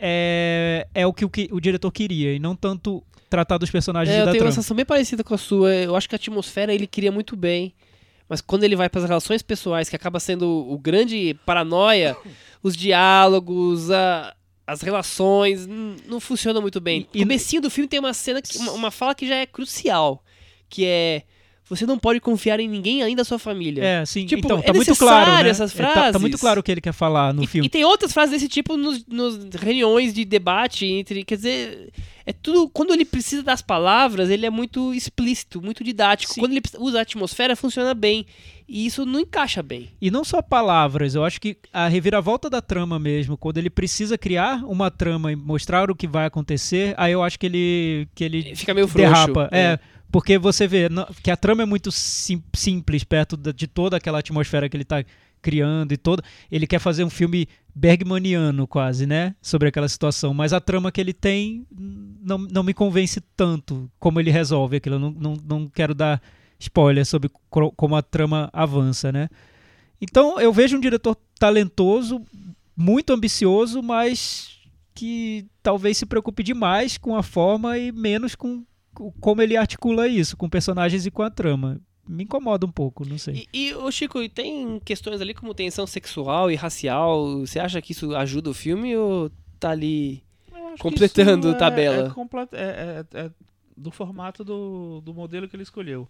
é, é o que o, que o diretor queria, e não tanto tratar dos personagens É, e eu da tenho uma trama. sensação bem parecida com a sua. Eu acho que a atmosfera ele queria muito bem. Mas quando ele vai para as relações pessoais, que acaba sendo o grande paranoia, os diálogos, a, as relações, n- não funcionam muito bem. E- No comecinho do filme tem uma cena, que- uma, uma fala que já é crucial, que é: você não pode confiar em ninguém além da sua família. É, sim. Tipo, então, é tá muito necessário claro, né? essas É, tá- Tá, frases. muito claro o que ele quer falar no E, filme. e tem outras frases desse tipo nos, nos reuniões de debate entre, quer dizer, é tudo, quando ele precisa das palavras, ele é muito explícito, muito didático. Sim. Quando ele usa a atmosfera, funciona bem. E isso não encaixa bem. E não só palavras, eu acho que a reviravolta da trama mesmo, quando ele precisa criar uma trama e mostrar o que vai acontecer, aí eu acho que ele, que ele Fica meio frouxo. derrapa. É, porque você vê no- que a trama é muito sim- simples perto da- de toda aquela atmosfera que ele está criando e toda. Ele quer fazer um filme bergmaniano quase, né? Sobre aquela situação. Mas a trama que ele tem não, não me convence tanto como ele resolve aquilo. Eu não, não, não quero dar spoiler sobre cro- como a trama avança, né? Então eu vejo um diretor talentoso, muito ambicioso, mas que talvez se preocupe demais com a forma e menos com com como ele articula isso, com personagens e com a trama. Me incomoda um pouco, não sei. E, e ô Chico, e tem questões ali como tensão sexual e racial? Você acha que isso ajuda o filme ou tá ali Eu acho que completando isso é- tabela? É, complet- é- é- é do formato do, do modelo que ele escolheu.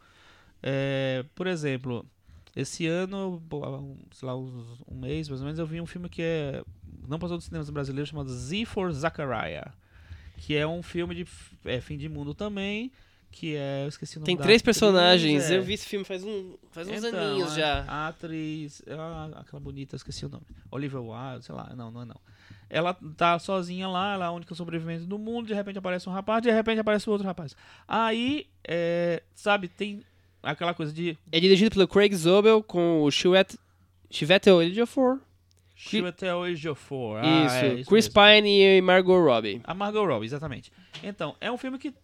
É, por exemplo, esse ano, pô, há um- sei lá, uns- um mês mais ou menos, eu vi um filme que é, não passou dos cinemas brasileiros, chamado Z for Zachariah, que é um filme de f- é, fim de mundo também, que é, eu esqueci o nome Tem da três atriz, personagens. é. Eu vi esse filme faz, um, faz uns Então, aninhos a- já. A atriz, ah, aquela bonita, eu esqueci o nome. Olivia Wilde, sei lá, não, não é não. Ela tá sozinha lá, ela é a única sobrevivente do mundo, de repente aparece um rapaz, de repente aparece outro rapaz. Aí, é, sabe, tem aquela coisa de É dirigido pelo Craig Zobel com o Chiwetel Chiwetel Ejiofor. Chiwetel Ejiofor. Ah, isso, é, isso Chris mesmo. Pine e Margot Robbie. A Margot Robbie, exatamente. Então, é um filme que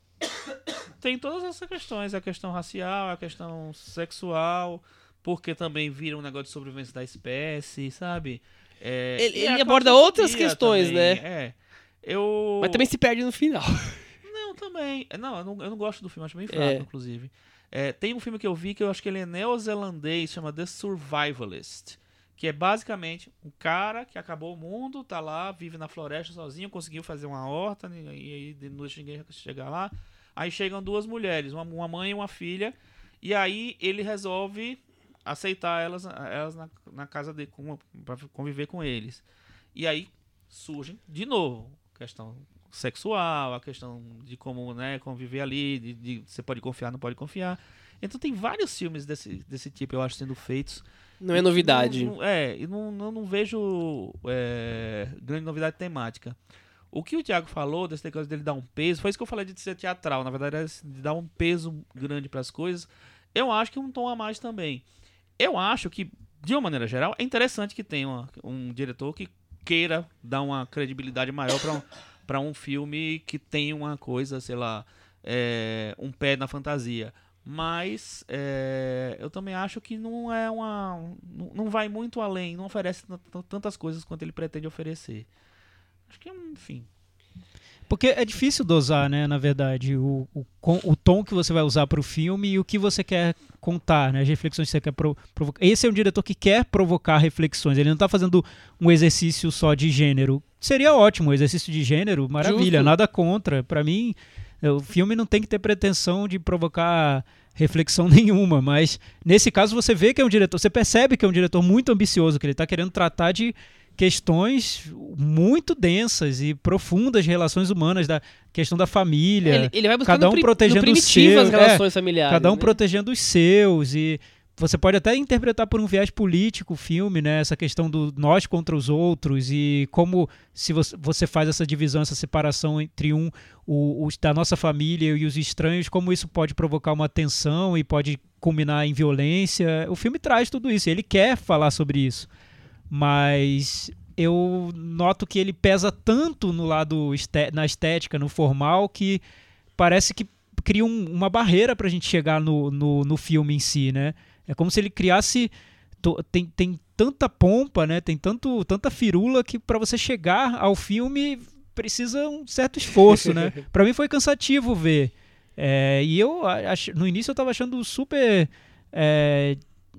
tem todas essas questões, a questão racial, a questão sexual, porque também vira um negócio de sobrevivência da espécie, sabe? É, Ele- e a ele aborda outras filosofia questões, também, né? É. Eu... Mas também se perde no final. Não, também. Não eu, não, eu não gosto do filme, acho bem fraco, É. inclusive. É, tem um filme que eu vi que eu acho que ele é neozelandês, chama The Survivalist. Que é basicamente um cara que acabou o mundo, tá lá, vive na floresta sozinho, conseguiu fazer uma horta, e aí de noite ninguém chega lá. Aí chegam duas mulheres, uma, uma mãe e uma filha, e aí ele resolve aceitar elas, elas na, na casa dele, com, pra conviver com eles. E aí surgem, de novo, questão sexual, a questão de como, né, conviver ali, de, de você pode confiar, não pode confiar. Então tem vários filmes desse, desse tipo, eu acho, sendo feitos. Não é novidade. Não, não- é, e não, não, não vejo é, grande novidade temática. O que o Thiago falou desse negócio dele dar um peso, foi isso que eu falei de ser teatral, na verdade, é de dar um peso grande para as coisas. Eu acho que um tom a mais também. Eu acho que, de uma maneira geral, é interessante que tenha uma- um diretor que queira dar uma credibilidade maior para um, para um filme que tem uma coisa, sei lá, é, um pé na fantasia. Mas é, eu também acho que não é uma. Não, não vai muito além, não oferece t- tantas coisas quanto ele pretende oferecer. Acho que, enfim. Porque é difícil dosar, né, na verdade, o, o, com- o tom que você vai usar para o filme e o que você quer contar, né, as reflexões que você quer pro- provocar. Esse é um diretor que quer provocar reflexões, ele não está fazendo um exercício só de gênero. Seria ótimo, um exercício de gênero, maravilha, Justo. nada contra. Para mim, o filme não tem que ter pretensão de provocar reflexão nenhuma, mas nesse caso você vê que é um diretor, você percebe que é um diretor muito ambicioso, que ele está querendo tratar de questões muito densas e profundas de relações humanas, da questão da família, Ele, ele vai buscar cada no, um pri- protegendo no o primitivo seu, as relações familiares. cada um né? protegendo os seus, e você pode até interpretar por um viés político o filme, né? Essa questão do nós contra os outros e como se você, você faz essa divisão, essa separação entre um, o, os da nossa família e os estranhos, como isso pode provocar uma tensão e pode culminar em violência. O filme traz tudo isso, ele quer falar sobre isso, mas eu noto que ele pesa tanto no lado esté- na estética, no formal, que parece que cria um- uma barreira pra gente chegar no, no, no filme em si, né? É como se ele criasse... To, tem, tem tanta pompa, né? Tem tanto, tanta firula que para você chegar ao filme precisa um certo esforço, né? Para mim foi cansativo ver. É, e eu, ach, no início eu tava achando super... É,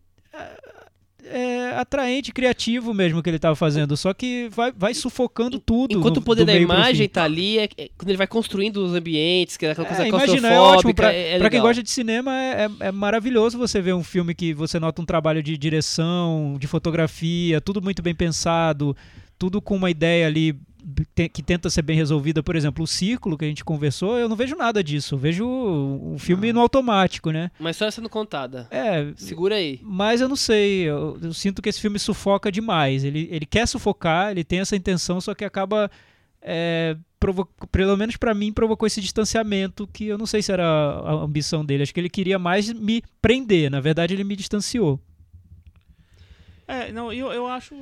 É atraente, criativo mesmo que ele estava fazendo, só que vai, vai sufocando tudo. Enquanto no, o poder da meio pro imagem fim. tá ali, é, é, quando ele vai construindo os ambientes, que é aquela coisa É, imagina, é claustrofóbica, ótimo. Pra, é, é pra quem legal. gosta de cinema, é, é, é maravilhoso você ver um filme que você nota um trabalho de direção, de fotografia, tudo muito bem pensado, tudo com uma ideia ali que tenta ser bem resolvida. Por exemplo, o Círculo, que a gente conversou, eu não vejo nada disso. Eu vejo um filme Ah. no automático, né? Mas só sendo contada. É, Segura aí. mas eu não sei, eu, eu sinto que esse filme sufoca demais. Ele, ele quer sufocar, ele tem essa intenção, só que acaba, é, provo- pelo menos pra mim, provocou esse distanciamento que eu não sei se era a ambição dele. Acho que ele queria mais me prender, na verdade ele me distanciou. É, não, eu, eu acho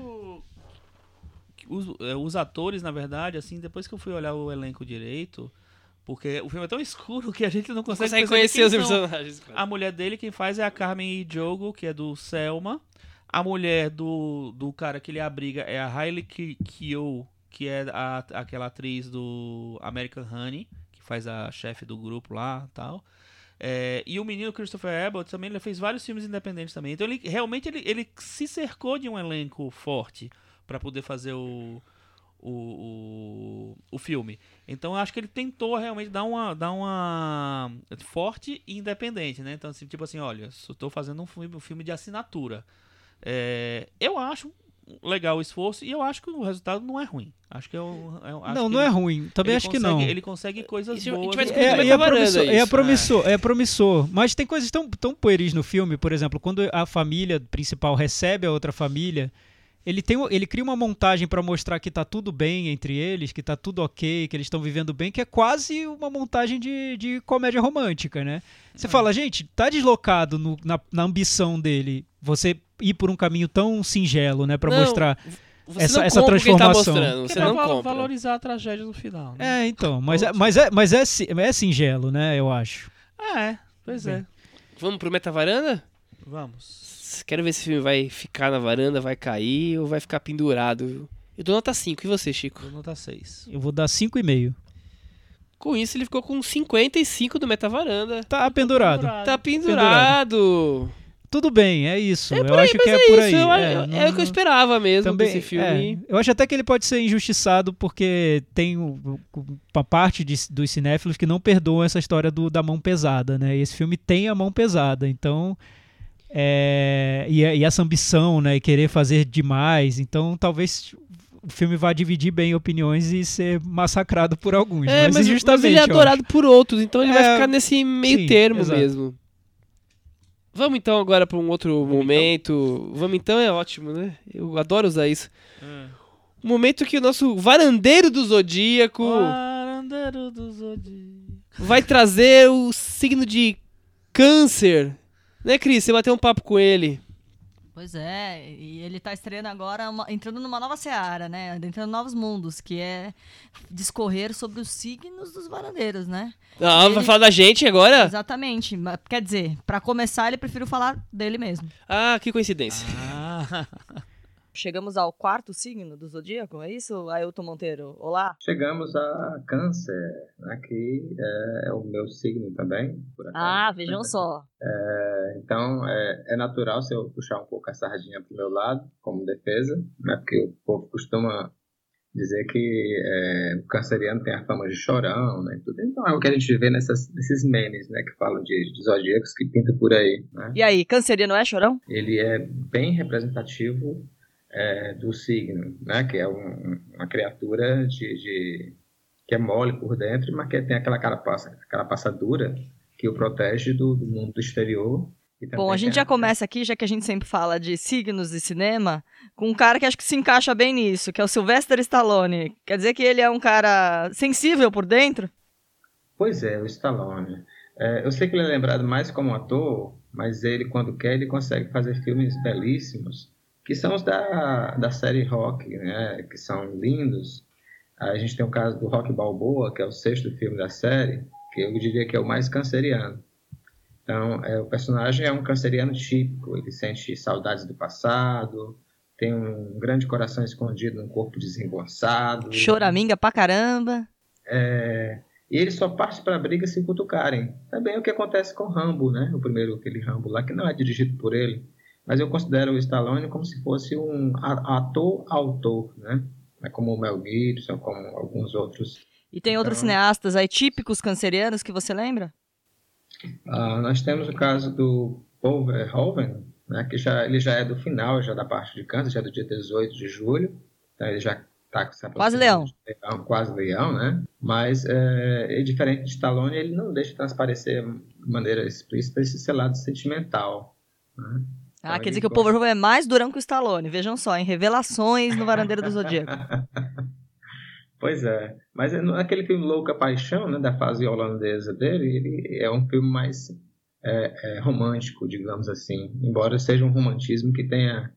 que os, é, os atores, na verdade, assim, depois que eu fui olhar o elenco direito, porque o filme é tão escuro que a gente não consegue, Consegue perceber conhecer quem os são. personagens. A mulher dele, quem faz é a Carmen Ejogo, que é do Selma. A mulher do, do cara que ele abriga é a Hailey Keough, que é a, aquela atriz do American Honey, que faz a chefe do grupo lá e tal. É, e o menino Christopher Abbott também, ele fez vários filmes independentes também. Então ele realmente ele, ele se cercou de um elenco forte para poder fazer o, o, o, o filme. Então eu acho que ele tentou realmente dar uma, dar uma forte e independente, né? Então assim, tipo assim, olha, estou fazendo um filme, um filme de assinatura. É, eu acho legal o esforço e eu acho que o resultado não é ruim. Acho que eu, eu acho não, que não ele, é ruim. Também ele acho consegue, que não. Ele consegue coisas Isso, a gente boas. vai e- descobrir É, como e é, tá promissor, varanda é, isso. promissor, é promissor, mas tem coisas tão, tão pueris no filme, por exemplo, quando a família principal recebe a outra família, ele, tem, ele cria uma montagem para mostrar que tá tudo bem entre eles, que tá tudo ok, que eles estão vivendo bem, que é quase uma montagem de, de comédia romântica, né? Você É. fala, gente, tá deslocado no- na, na ambição dele você ir por um caminho tão singelo, né, para Não, mostrar... Você essa- não essa compra o que ele tá transformação. mostrando, Que você é não pra val- compra. valorizar a tragédia no final. Né? É, então, mas, é, mas, é, mas é, si- é singelo, né, eu acho. É, pois é. Vamos pro Metavaranda? Vamos. Quero ver se o filme vai ficar na varanda, vai cair ou vai ficar pendurado. Eu dou nota cinco. E você, Chico? Vou notar seis. Eu vou dar cinco e meio. Com isso, ele ficou com cinquenta e cinco do Metavaranda. Tá pendurado. Tá pendurado. Tudo bem, é isso. É eu por aí, acho mas que é, é por isso. aí. eu- É, é, não- o que eu esperava mesmo também, desse filme. é, eu acho até que ele pode ser injustiçado porque tem o- o- uma parte de- dos cinéfilos que não perdoam essa história do, da mão pesada, né? E esse filme tem a mão pesada, então é, e, e essa ambição, né? E querer fazer demais, então talvez o filme vá dividir bem opiniões e ser massacrado por alguns, É, mas, mas, injustamente. mas ele é eu acho. adorado por outros, então ele vai É, ficar nesse meio sim, termo exato. mesmo. Vamos então agora para um outro momento. Vamos então é ótimo, né? Eu adoro usar isso. Um momento que o nosso varandeiro do Zodíaco Varandeiro do Zodíaco. vai trazer o signo de Câncer. Né, Cris? Você bateu um papo com ele. Pois é, e ele tá estreando agora, uma- entrando numa nova seara, né? Entrando em novos mundos, que é discorrer sobre os signos dos varandeiros, né? Ah, Ele- vai falar da gente agora? Exatamente. Mas, quer dizer, pra começar, ele prefiro falar dele mesmo. Ah, que coincidência. Ah, Chegamos ao quarto signo do Zodíaco, é isso, Ailton Monteiro? Olá. Chegamos a Câncer, né, que é o meu signo também, por acaso. Ah, vejam só. É, então, é, é natural se eu puxar um pouco a sardinha pro meu lado, como defesa, né, porque o povo costuma dizer que é, o canceriano tem a fama de chorão, né, e tudo. Então é o que a gente vê nessas, nesses memes, né, que falam de, de zodíacos que pintam por aí, né. E aí, canceriano é chorão? Ele é bem representativo é, do signo, né? Que é um, uma criatura de, de que é mole por dentro, mas que tem aquela carapaça, carapaça dura que o protege do, do mundo exterior. E também Bom, a gente tem já começa aqui, já que a gente sempre fala de signos de cinema, com um cara que acho que se encaixa bem nisso, que é o Sylvester Stallone. Quer dizer que ele é um cara sensível por dentro? Pois é, o Stallone. É, eu sei que ele é lembrado mais como ator, mas ele, quando quer, ele consegue fazer filmes belíssimos, que são os da, da série Rock, né? Que são lindos. A gente tem o caso do Rock Balboa, que é o sexto filme da série, que eu diria que é o mais canceriano. Então, é, o personagem é um canceriano típico, ele sente saudades do passado, tem um grande coração escondido num corpo desengonçado. Choraminga pra caramba. É, e ele só parte para a briga se cutucarem. Também é o que acontece com Rambo, né? O primeiro, aquele Rambo lá, que não é dirigido por ele. Mas eu considero o Stallone como se fosse um ator-autor, né? É como o Mel Gibson, como alguns outros. E tem então, outros cineastas aí típicos cancerianos que você lembra? Uh, nós temos o caso do Paul Verhoeven, né? Que já, ele já é do final, já da parte de câncer, já é do dia dezoito de julho. Então ele já tá com essa quase leão. leão. Quase leão, né? Mas, é, diferente de Stallone, ele não deixa transparecer de maneira explícita esse seu lado sentimental, né? Ah, Então, quer dizer ele que o gosta- Paul Verhoeven é mais durão que o Stallone. Vejam só, em Revelações no Varandeiro do Zodíaco. Pois é. Mas naquele filme Louca Paixão, né, da fase holandesa dele, ele é um filme mais é, é, romântico, digamos assim. Embora seja um romantismo que tenha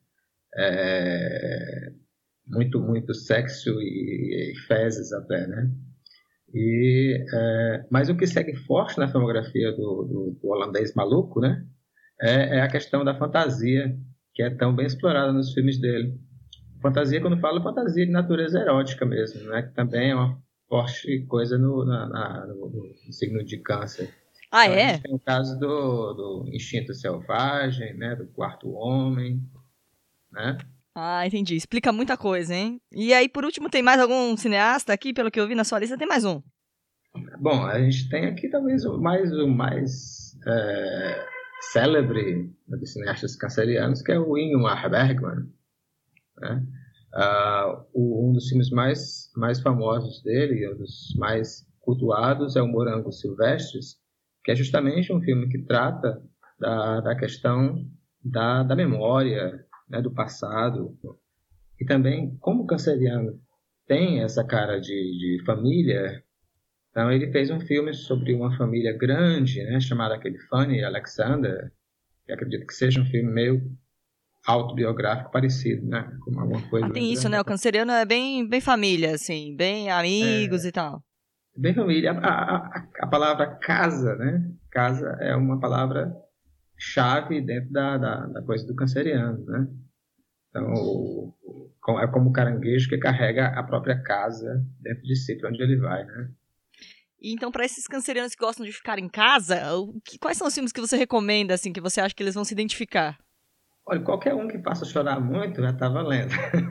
é, muito, muito sexo e, e fezes até, né? E, é, mas o que segue forte na filmografia do, do, do holandês maluco, né? É, é a questão da fantasia, que é tão bem explorada nos filmes dele. Fantasia, quando eu falo, fantasia de natureza erótica mesmo, né? Que também é uma forte coisa no, na, na, no, no signo de câncer. Ah, Então, a é? gente tem o caso do, do Instinto Selvagem, né? Do Quarto Homem, né? Ah, entendi. Explica muita coisa, hein? E aí, por último, tem mais algum cineasta aqui? Pelo que eu vi na sua lista, tem mais um. Bom, a gente tem aqui talvez o mais, o mais é, célebre dos cineastas cancerianos, que é o Ingmar Bergman, né? Uh, o, um dos filmes mais, mais famosos dele, um dos mais cultuados, é o Morangos Silvestres, que é justamente um filme que trata da, da questão da, da memória, né, do passado. E também, como o canceriano tem essa cara de, de família, então ele fez um filme sobre uma família grande, né, chamada aquele Fanny Alexander, que acredito que seja um filme meio autobiográfico parecido, né? Como alguma coisa. Ah, tem isso, né? O canceriano é bem, bem família, assim, bem amigos É. e tal. Bem família. A, a, a palavra casa, né? Casa é uma palavra chave dentro da, da, da coisa do canceriano, né? Então, o, o, é como o caranguejo que carrega a própria casa dentro de si, para onde ele vai, né? E então, para esses cancerianos que gostam de ficar em casa, o que, quais são os filmes que você recomenda, assim, que você acha que eles vão se identificar? Olha, qualquer um que faça chorar muito já tá valendo.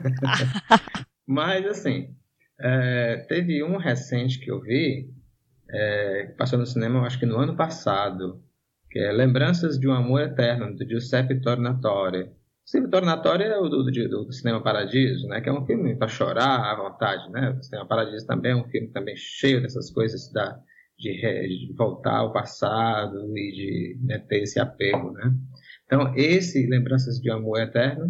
Mas, assim, é, teve um recente que eu vi, é, que passou no cinema, eu acho que no ano passado, que é Lembranças de um Amor Eterno, do Giuseppe Tornatore. Giuseppe Tornatore é o do, do, do Cinema Paradiso, né, que é um filme para chorar à vontade, né? O Cinema Paradiso também é um filme também cheio dessas coisas da, de, de voltar ao passado e de, né, ter esse apego, né? Então, esse Lembranças de um Amor Eterno,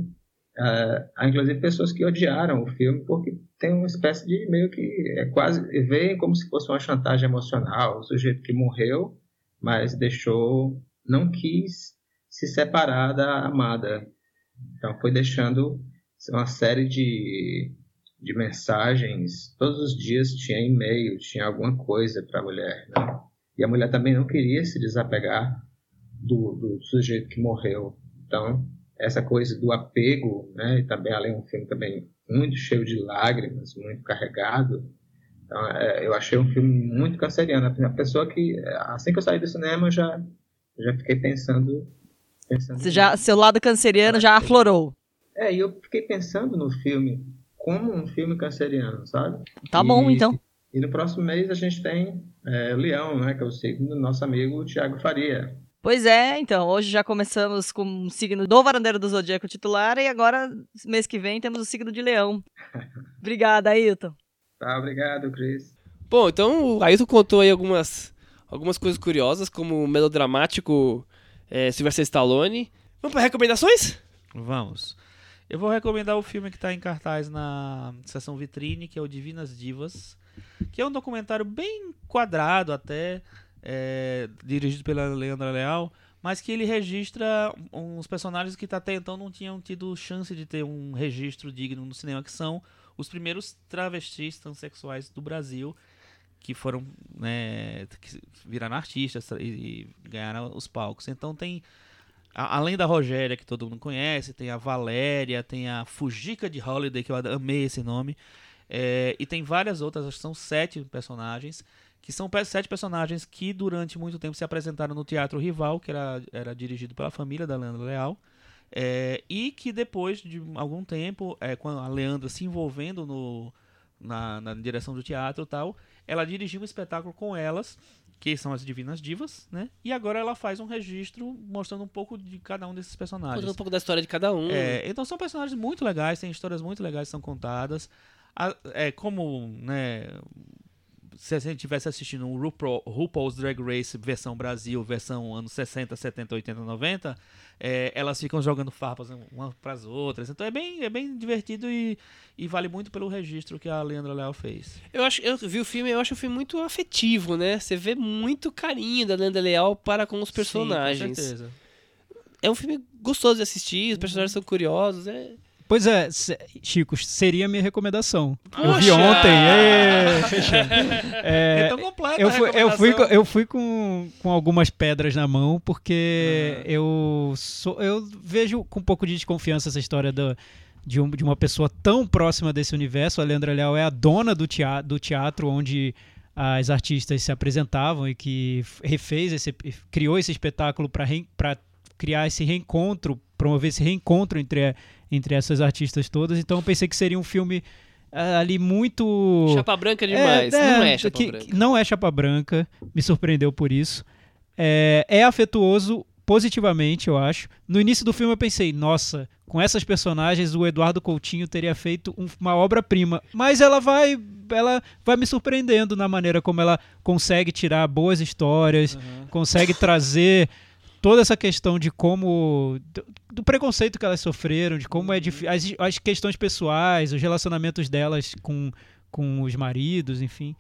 uh, há inclusive pessoas que odiaram o filme porque tem uma espécie de meio que é quase veem como se fosse uma chantagem emocional, o sujeito que morreu, mas deixou, não quis se separar da amada. Então, foi deixando uma série de, de mensagens, todos os dias tinha e-mail, tinha alguma coisa para a mulher, né? E a mulher também não queria se desapegar Do, do sujeito que morreu. Então, essa coisa do apego, né, e também, além, um filme também muito cheio de lágrimas, muito carregado. Então, é, eu achei um filme muito canceriano. A pessoa que, assim que eu saí do cinema, eu já, já fiquei pensando... pensando Você já, seu lado canceriano já aflorou. É, e eu fiquei pensando no filme como um filme canceriano, sabe? Tá e, bom, então. E no próximo mês a gente tem é, Leão, né, que é o signo do nosso amigo Thiago Faria. Pois é, então, hoje já começamos com o signo do Varandeiro do Zodíaco titular e agora, mês que vem, temos o signo de Leão. Obrigada, Ailton. Tá, obrigado, Cris. Bom, então o Ailton contou aí algumas, algumas coisas curiosas, como o melodramático é, Sylvester Stallone. Vamos para recomendações? Vamos. Eu vou recomendar o filme que está em cartaz na sessão vitrine, que é o Divinas Divas, que é um documentário bem quadrado até, é, dirigido pela Leandra Leal, mas que ele registra uns personagens que até então não tinham tido chance de ter um registro digno no cinema, que são os primeiros travestis transexuais do Brasil. que foram, né, que viraram artistas e, e ganharam os palcos. Então tem, a, além da Rogéria, que todo mundo conhece, tem a Valéria, tem a Fujica de Holiday, que eu amei esse nome, é, e tem várias outras, acho que são sete personagens, que são sete personagens que durante muito tempo se apresentaram no Teatro Rival, que era, era dirigido pela família da Leandra Leal, é, e que depois de algum tempo, é, com a Leandra se envolvendo no, na, na direção do teatro e tal, ela dirigiu um espetáculo com elas, que são as Divinas Divas, né? E agora ela faz um registro mostrando um pouco de cada um desses personagens. Contando um pouco da história de cada um. É, então são personagens muito legais, tem histórias muito legais que são contadas. A, é, como, né, se a gente estivesse assistindo um RuPaul, RuPaul's Drag Race versão Brasil, versão anos sessenta, setenta, oitenta, noventa, é, elas ficam jogando farpas umas para as outras. Então é bem, é bem divertido e, e vale muito pelo registro que a Leandra Leal fez. Eu, acho, eu vi o filme, eu acho o filme muito afetivo, né? Você vê muito carinho da Leandra Leal para com os personagens. Sim, com certeza. É um filme gostoso de assistir, os personagens são curiosos, é... Pois é, Chico, seria a minha recomendação. Poxa! Eu vi ontem. Ê, fechando. É, É tão completa eu a fui, eu fui, com, recomendação. eu fui com, com algumas pedras na mão, porque Uhum. eu, sou, eu vejo com um pouco de desconfiança essa história do, de, um, de uma pessoa tão próxima desse universo. A Leandra Leal é a dona do teatro, do teatro onde as artistas se apresentavam e que refez esse, criou esse espetáculo para criar esse reencontro, promover esse reencontro entre, a, entre essas artistas todas. Então eu pensei que seria um filme uh, ali muito... Chapa branca demais. É, não é, é chapa que, branca. que não é chapa branca, me surpreendeu por isso. É, é afetuoso positivamente, eu acho. No início do filme eu pensei, nossa, com essas personagens o Eduardo Coutinho teria feito um, uma obra-prima. Mas ela vai, ela vai me surpreendendo na maneira como ela consegue tirar boas histórias, Uhum. consegue trazer toda essa questão de como... do, do preconceito que elas sofreram, de como é difícil... As, as questões pessoais, os relacionamentos delas com, com os maridos, enfim.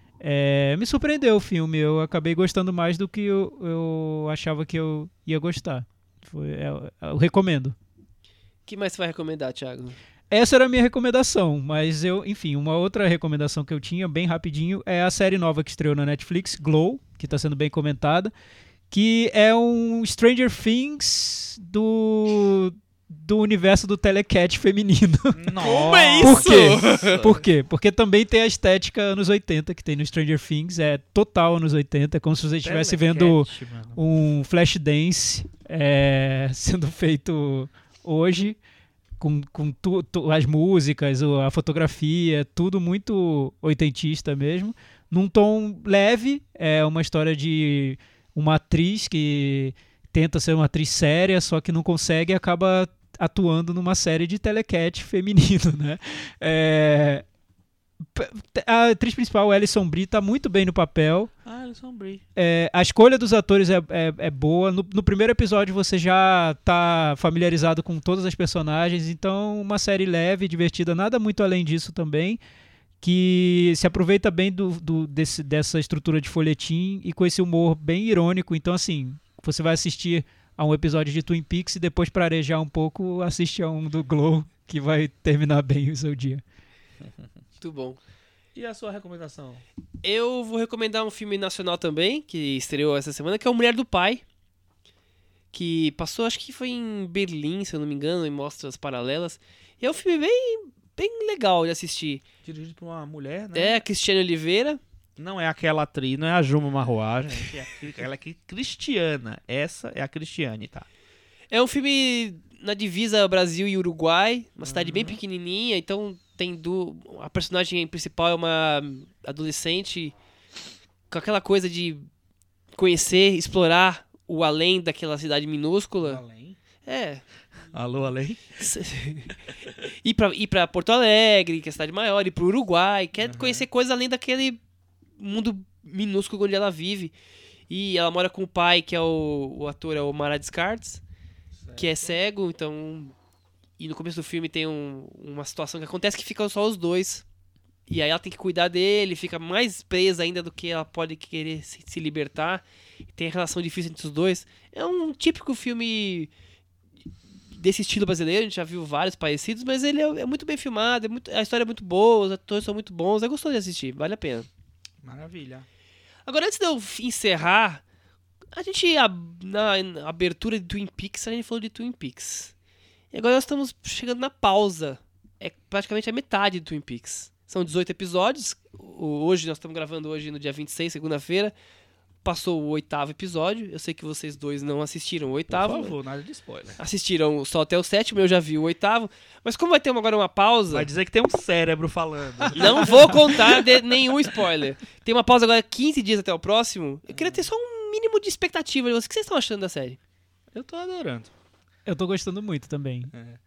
É, me surpreendeu o filme. Eu acabei gostando mais do que eu, eu achava que eu ia gostar. Foi, eu, eu recomendo. O que mais você vai recomendar, Thiago? Essa era a minha recomendação, mas eu, enfim, uma outra recomendação que eu tinha, bem rapidinho, é a série nova que estreou na Netflix, Glow, que está sendo bem comentada, que é um Stranger Things do, do universo do telecat feminino. Como é Por isso? quê? Por quê? Porque também tem a estética anos oitenta que tem no Stranger Things, é total anos oitenta, é como se você estivesse vendo Telecat, mano. um Flashdance é, sendo feito hoje, com, com tu, tu, as músicas, a fotografia, tudo muito oitentista mesmo, num tom leve. É uma história de uma atriz que tenta ser uma atriz séria, só que não consegue e acaba atuando numa série de telecat feminino, né? É, a atriz principal, Alison Brie, tá muito bem no papel. Ah, eles são Brie. É, a escolha dos atores é, é, é boa. No, no primeiro episódio você já tá familiarizado com todas as personagens, então uma série leve, divertida, nada muito além disso também, que se aproveita bem do, do, desse, dessa estrutura de folhetim e com esse humor bem irônico. Então, assim, você vai assistir a um episódio de Twin Peaks e depois, para arejar um pouco, assiste a um do Glow, que vai terminar bem o seu dia. Muito bom. E a sua recomendação? Eu vou recomendar um filme nacional também, que estreou essa semana, que é o Mulher do Pai. Que passou, acho que foi em Berlim, se eu não me engano, em mostras paralelas. E é um filme bem, bem legal de assistir. Dirigido por uma mulher, né? É, a Cristiane Oliveira. Não é aquela atriz, não é a Juma Marroá, gente. É a- ela é que- cristiana. Essa é a Cristiane, tá? É um filme na divisa Brasil e Uruguai, uma cidade bem pequenininha, então tem du... a personagem principal é uma adolescente com aquela coisa de conhecer, explorar o além daquela cidade minúscula. Além. É, Alô, além? ir pra, ir pra Porto Alegre, que é a cidade maior, ir pro Uruguai, quer conhecer coisas além daquele mundo minúsculo onde ela vive. E ela mora com o pai, que é o, o ator, é o Mara Descartes, que é cego, então... E no começo do filme tem um- uma situação que acontece que ficam só os dois. E aí ela tem que cuidar dele, fica mais presa ainda do que ela pode querer se, se libertar. Tem a relação difícil entre os dois. É um típico filme desse estilo brasileiro, a gente já viu vários parecidos, mas ele é, é muito bem filmado, é muito, a história é muito boa, os atores são muito bons, é gostoso de assistir, vale a pena. Maravilha. Agora, antes de eu encerrar, a gente, a- na, na abertura de Twin Peaks, a gente falou de Twin Peaks. E agora nós estamos chegando na pausa. É praticamente a metade de Twin Peaks. São dezoito episódios. O- Hoje, nós estamos gravando hoje no dia vinte e seis, segunda-feira. Passou o oitavo episódio. Eu sei que vocês dois não assistiram o Por oitavo. favor, nada de spoiler. Assistiram só até o sétimo, eu já vi o oitavo. Mas como vai ter uma- agora uma pausa... Vai dizer que tem um cérebro falando. Não vou contar de nenhum spoiler. Tem uma pausa agora, quinze dias até o próximo. Eu queria ter só um mínimo de expectativa de vocês. O que vocês estão achando da série? Eu tô adorando. Eu tô gostando muito também.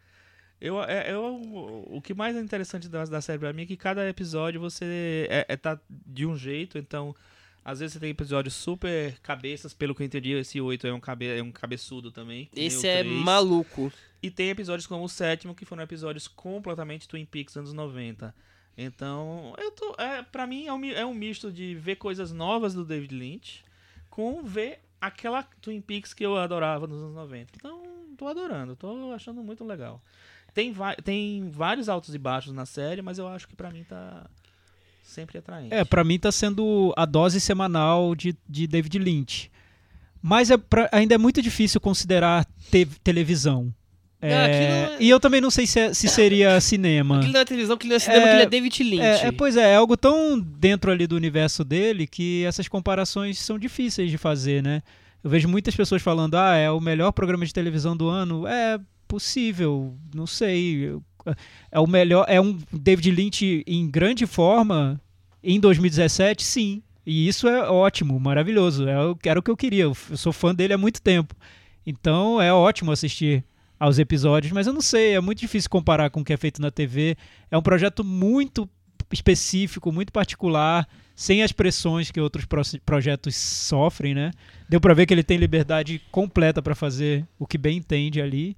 Eu, é, eu, o que mais é interessante da, da série pra mim é que cada episódio você é, é tá de um jeito, então às vezes você tem episódios super cabeças, pelo que eu entendi, esse oito é um, cabe, é um cabeçudo também. que nem Esse o é três. maluco. E tem episódios como o sétimo, que foram episódios completamente Twin Peaks anos noventa. Então, eu tô, é, pra mim é um, mi- é um misto de ver coisas novas do David Lynch com ver aquela Twin Peaks que eu adorava nos anos noventa. Então, tô adorando, tô achando muito legal. Tem, va- tem vários altos e baixos na série, mas eu acho que pra mim tá sempre atraente. É, pra mim tá sendo a dose semanal de, de David Lynch. Mas é pra- ainda é muito difícil considerar te- televisão. Não, É, aquilo é- E eu também não sei se, é- se seria cinema. Aquilo não é televisão, aquilo não é cinema, É, aquilo é David Lynch. É, é, pois é, é algo tão dentro ali do universo dele que essas comparações são difíceis de fazer, né? Eu vejo muitas pessoas falando, ah, é o melhor programa de televisão do ano. É possível, não sei. Eu- É o melhor, é um David Lynch em grande forma em dois mil e dezessete, sim. E isso é ótimo, maravilhoso. É, o- era o que eu queria. Eu f- eu sou fã dele há muito tempo. Então é ótimo assistir aos episódios, mas eu não sei, é muito difícil comparar com o que é feito na T V. É um projeto muito específico, muito particular, sem as pressões que outros pro- projetos sofrem, né? Deu pra ver que ele tem liberdade completa pra fazer o que bem entende ali.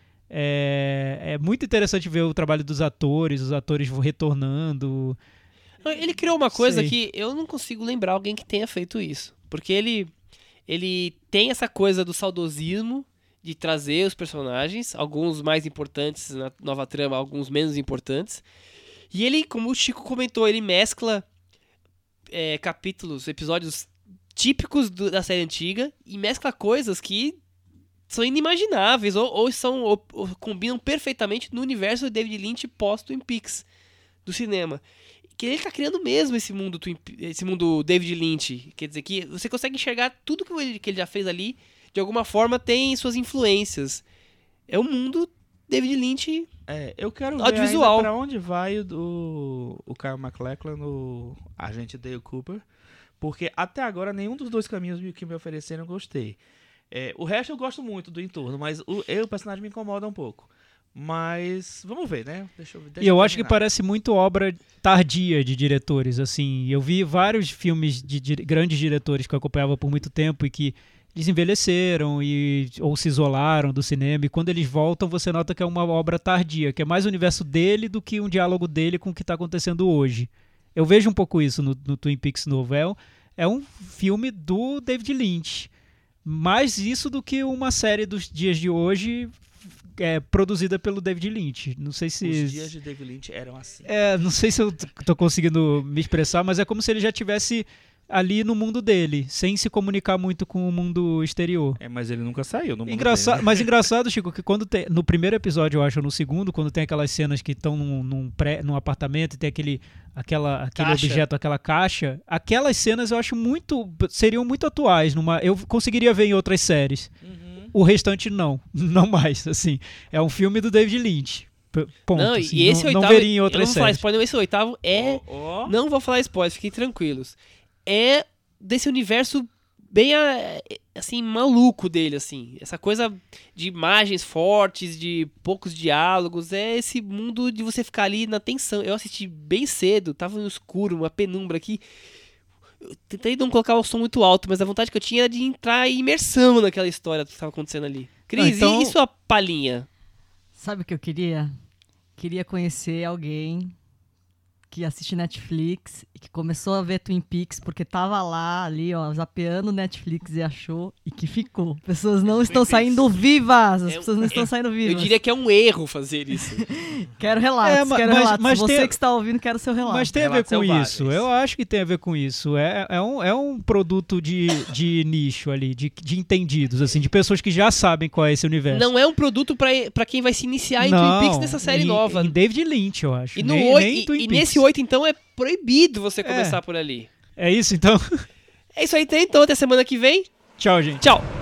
É, é muito interessante ver o trabalho dos atores, os atores retornando. Ele criou uma coisa Sei. que eu não consigo lembrar alguém que tenha feito isso. Porque ele, ele tem essa coisa do saudosismo de trazer os personagens, alguns mais importantes na nova trama, alguns menos importantes. E ele, como o Chico comentou, ele mescla é, capítulos, episódios típicos do- da série antiga e mescla coisas que são inimagináveis ou, ou são ou, ou combinam perfeitamente no universo de David Lynch pós-Twin Peaks do cinema. Que ele tá criando mesmo esse mundo, Twin Pe- esse mundo David Lynch. Quer dizer, que você consegue enxergar tudo que ele, que ele já fez ali, de alguma forma tem suas influências. É o mundo David Lynch. É, eu quero ver Audiovisual. ainda pra onde vai o, do- o Kyle MacLachlan no agente Dale Cooper, porque até agora nenhum dos dois caminhos que me ofereceram eu gostei. É, o resto eu gosto muito do entorno, mas o, eu, o personagem me incomoda um pouco. Mas vamos ver, né? Deixa eu, deixa E eu acho que terminar. parece muito obra tardia de diretores, assim. Eu vi vários filmes de, di- grandes diretores que eu acompanhava por muito tempo e que eles envelheceram e, ou se isolaram do cinema, e quando eles voltam você nota que é uma obra tardia, que é mais o universo dele do que um diálogo dele com o que está acontecendo hoje. Eu vejo um pouco isso no, no Twin Peaks novo. É, um- é um filme do David Lynch. Mais isso do que uma série dos dias de hoje é, produzida pelo David Lynch. Não sei se... Os dias de David Lynch eram assim. É, não sei se eu t- tô conseguindo me expressar, mas é como se ele já tivesse ali no mundo dele, sem se comunicar muito com o mundo exterior. É, mas ele nunca saiu no mundo Engraça dele, né? Mas engraçado, Chico, que quando tem, no primeiro episódio, eu acho, ou no segundo, quando tem aquelas cenas que estão num, num, pré, num apartamento e tem aquele, aquela, aquele Caixa. objeto, aquela caixa, aquelas cenas eu acho muito, seriam muito atuais. Numa, eu conseguiria ver em outras séries. Uhum. O restante não, não mais, assim. É um filme do David Lynch. P- Ponto. Não, assim, e esse não, oitavo. não veria em eu outras não vou falar séries. spoiler, esse oitavo é. Ó, ó. Não vou falar spoiler, fiquem tranquilos. É desse universo bem ah, assim, maluco dele, assim. Essa coisa de imagens fortes, de poucos diálogos. É esse mundo de você ficar ali na tensão. Eu assisti bem cedo, tava no escuro, uma penumbra aqui. Eu tentei não colocar o som muito alto, mas a vontade que eu tinha era de entrar em imersão naquela história que estava acontecendo ali. Cris, então- e, e sua palhinha? Sabe o que eu queria? Queria conhecer alguém que assiste Netflix e que começou a ver Twin Peaks porque tava lá, ali, ó, zapeando Netflix e achou e que ficou. Pessoas não estão saindo vivas. As É um- pessoas não estão saindo Eu vivas. diria que é um erro fazer isso. Quero relatos, É, ma- quero mas- relatos. mas Você tem- que está ouvindo, quero seu relato. Mas tem a ver Relatos com selvagens. isso. Eu acho que tem a ver com isso. É, é, um, é um produto de, de nicho ali, de, de entendidos, assim, de pessoas que já sabem qual é esse universo. Não é um produto pra, pra quem vai se iniciar em Twin Peaks nessa série em, nova. Em David Lynch, eu acho. E, no nem, oi- nem e- Twin e Peaks. nesse oito, então, é proibido você começar por ali. É isso, então? É isso aí, então. Até semana que vem. Tchau, gente. Tchau.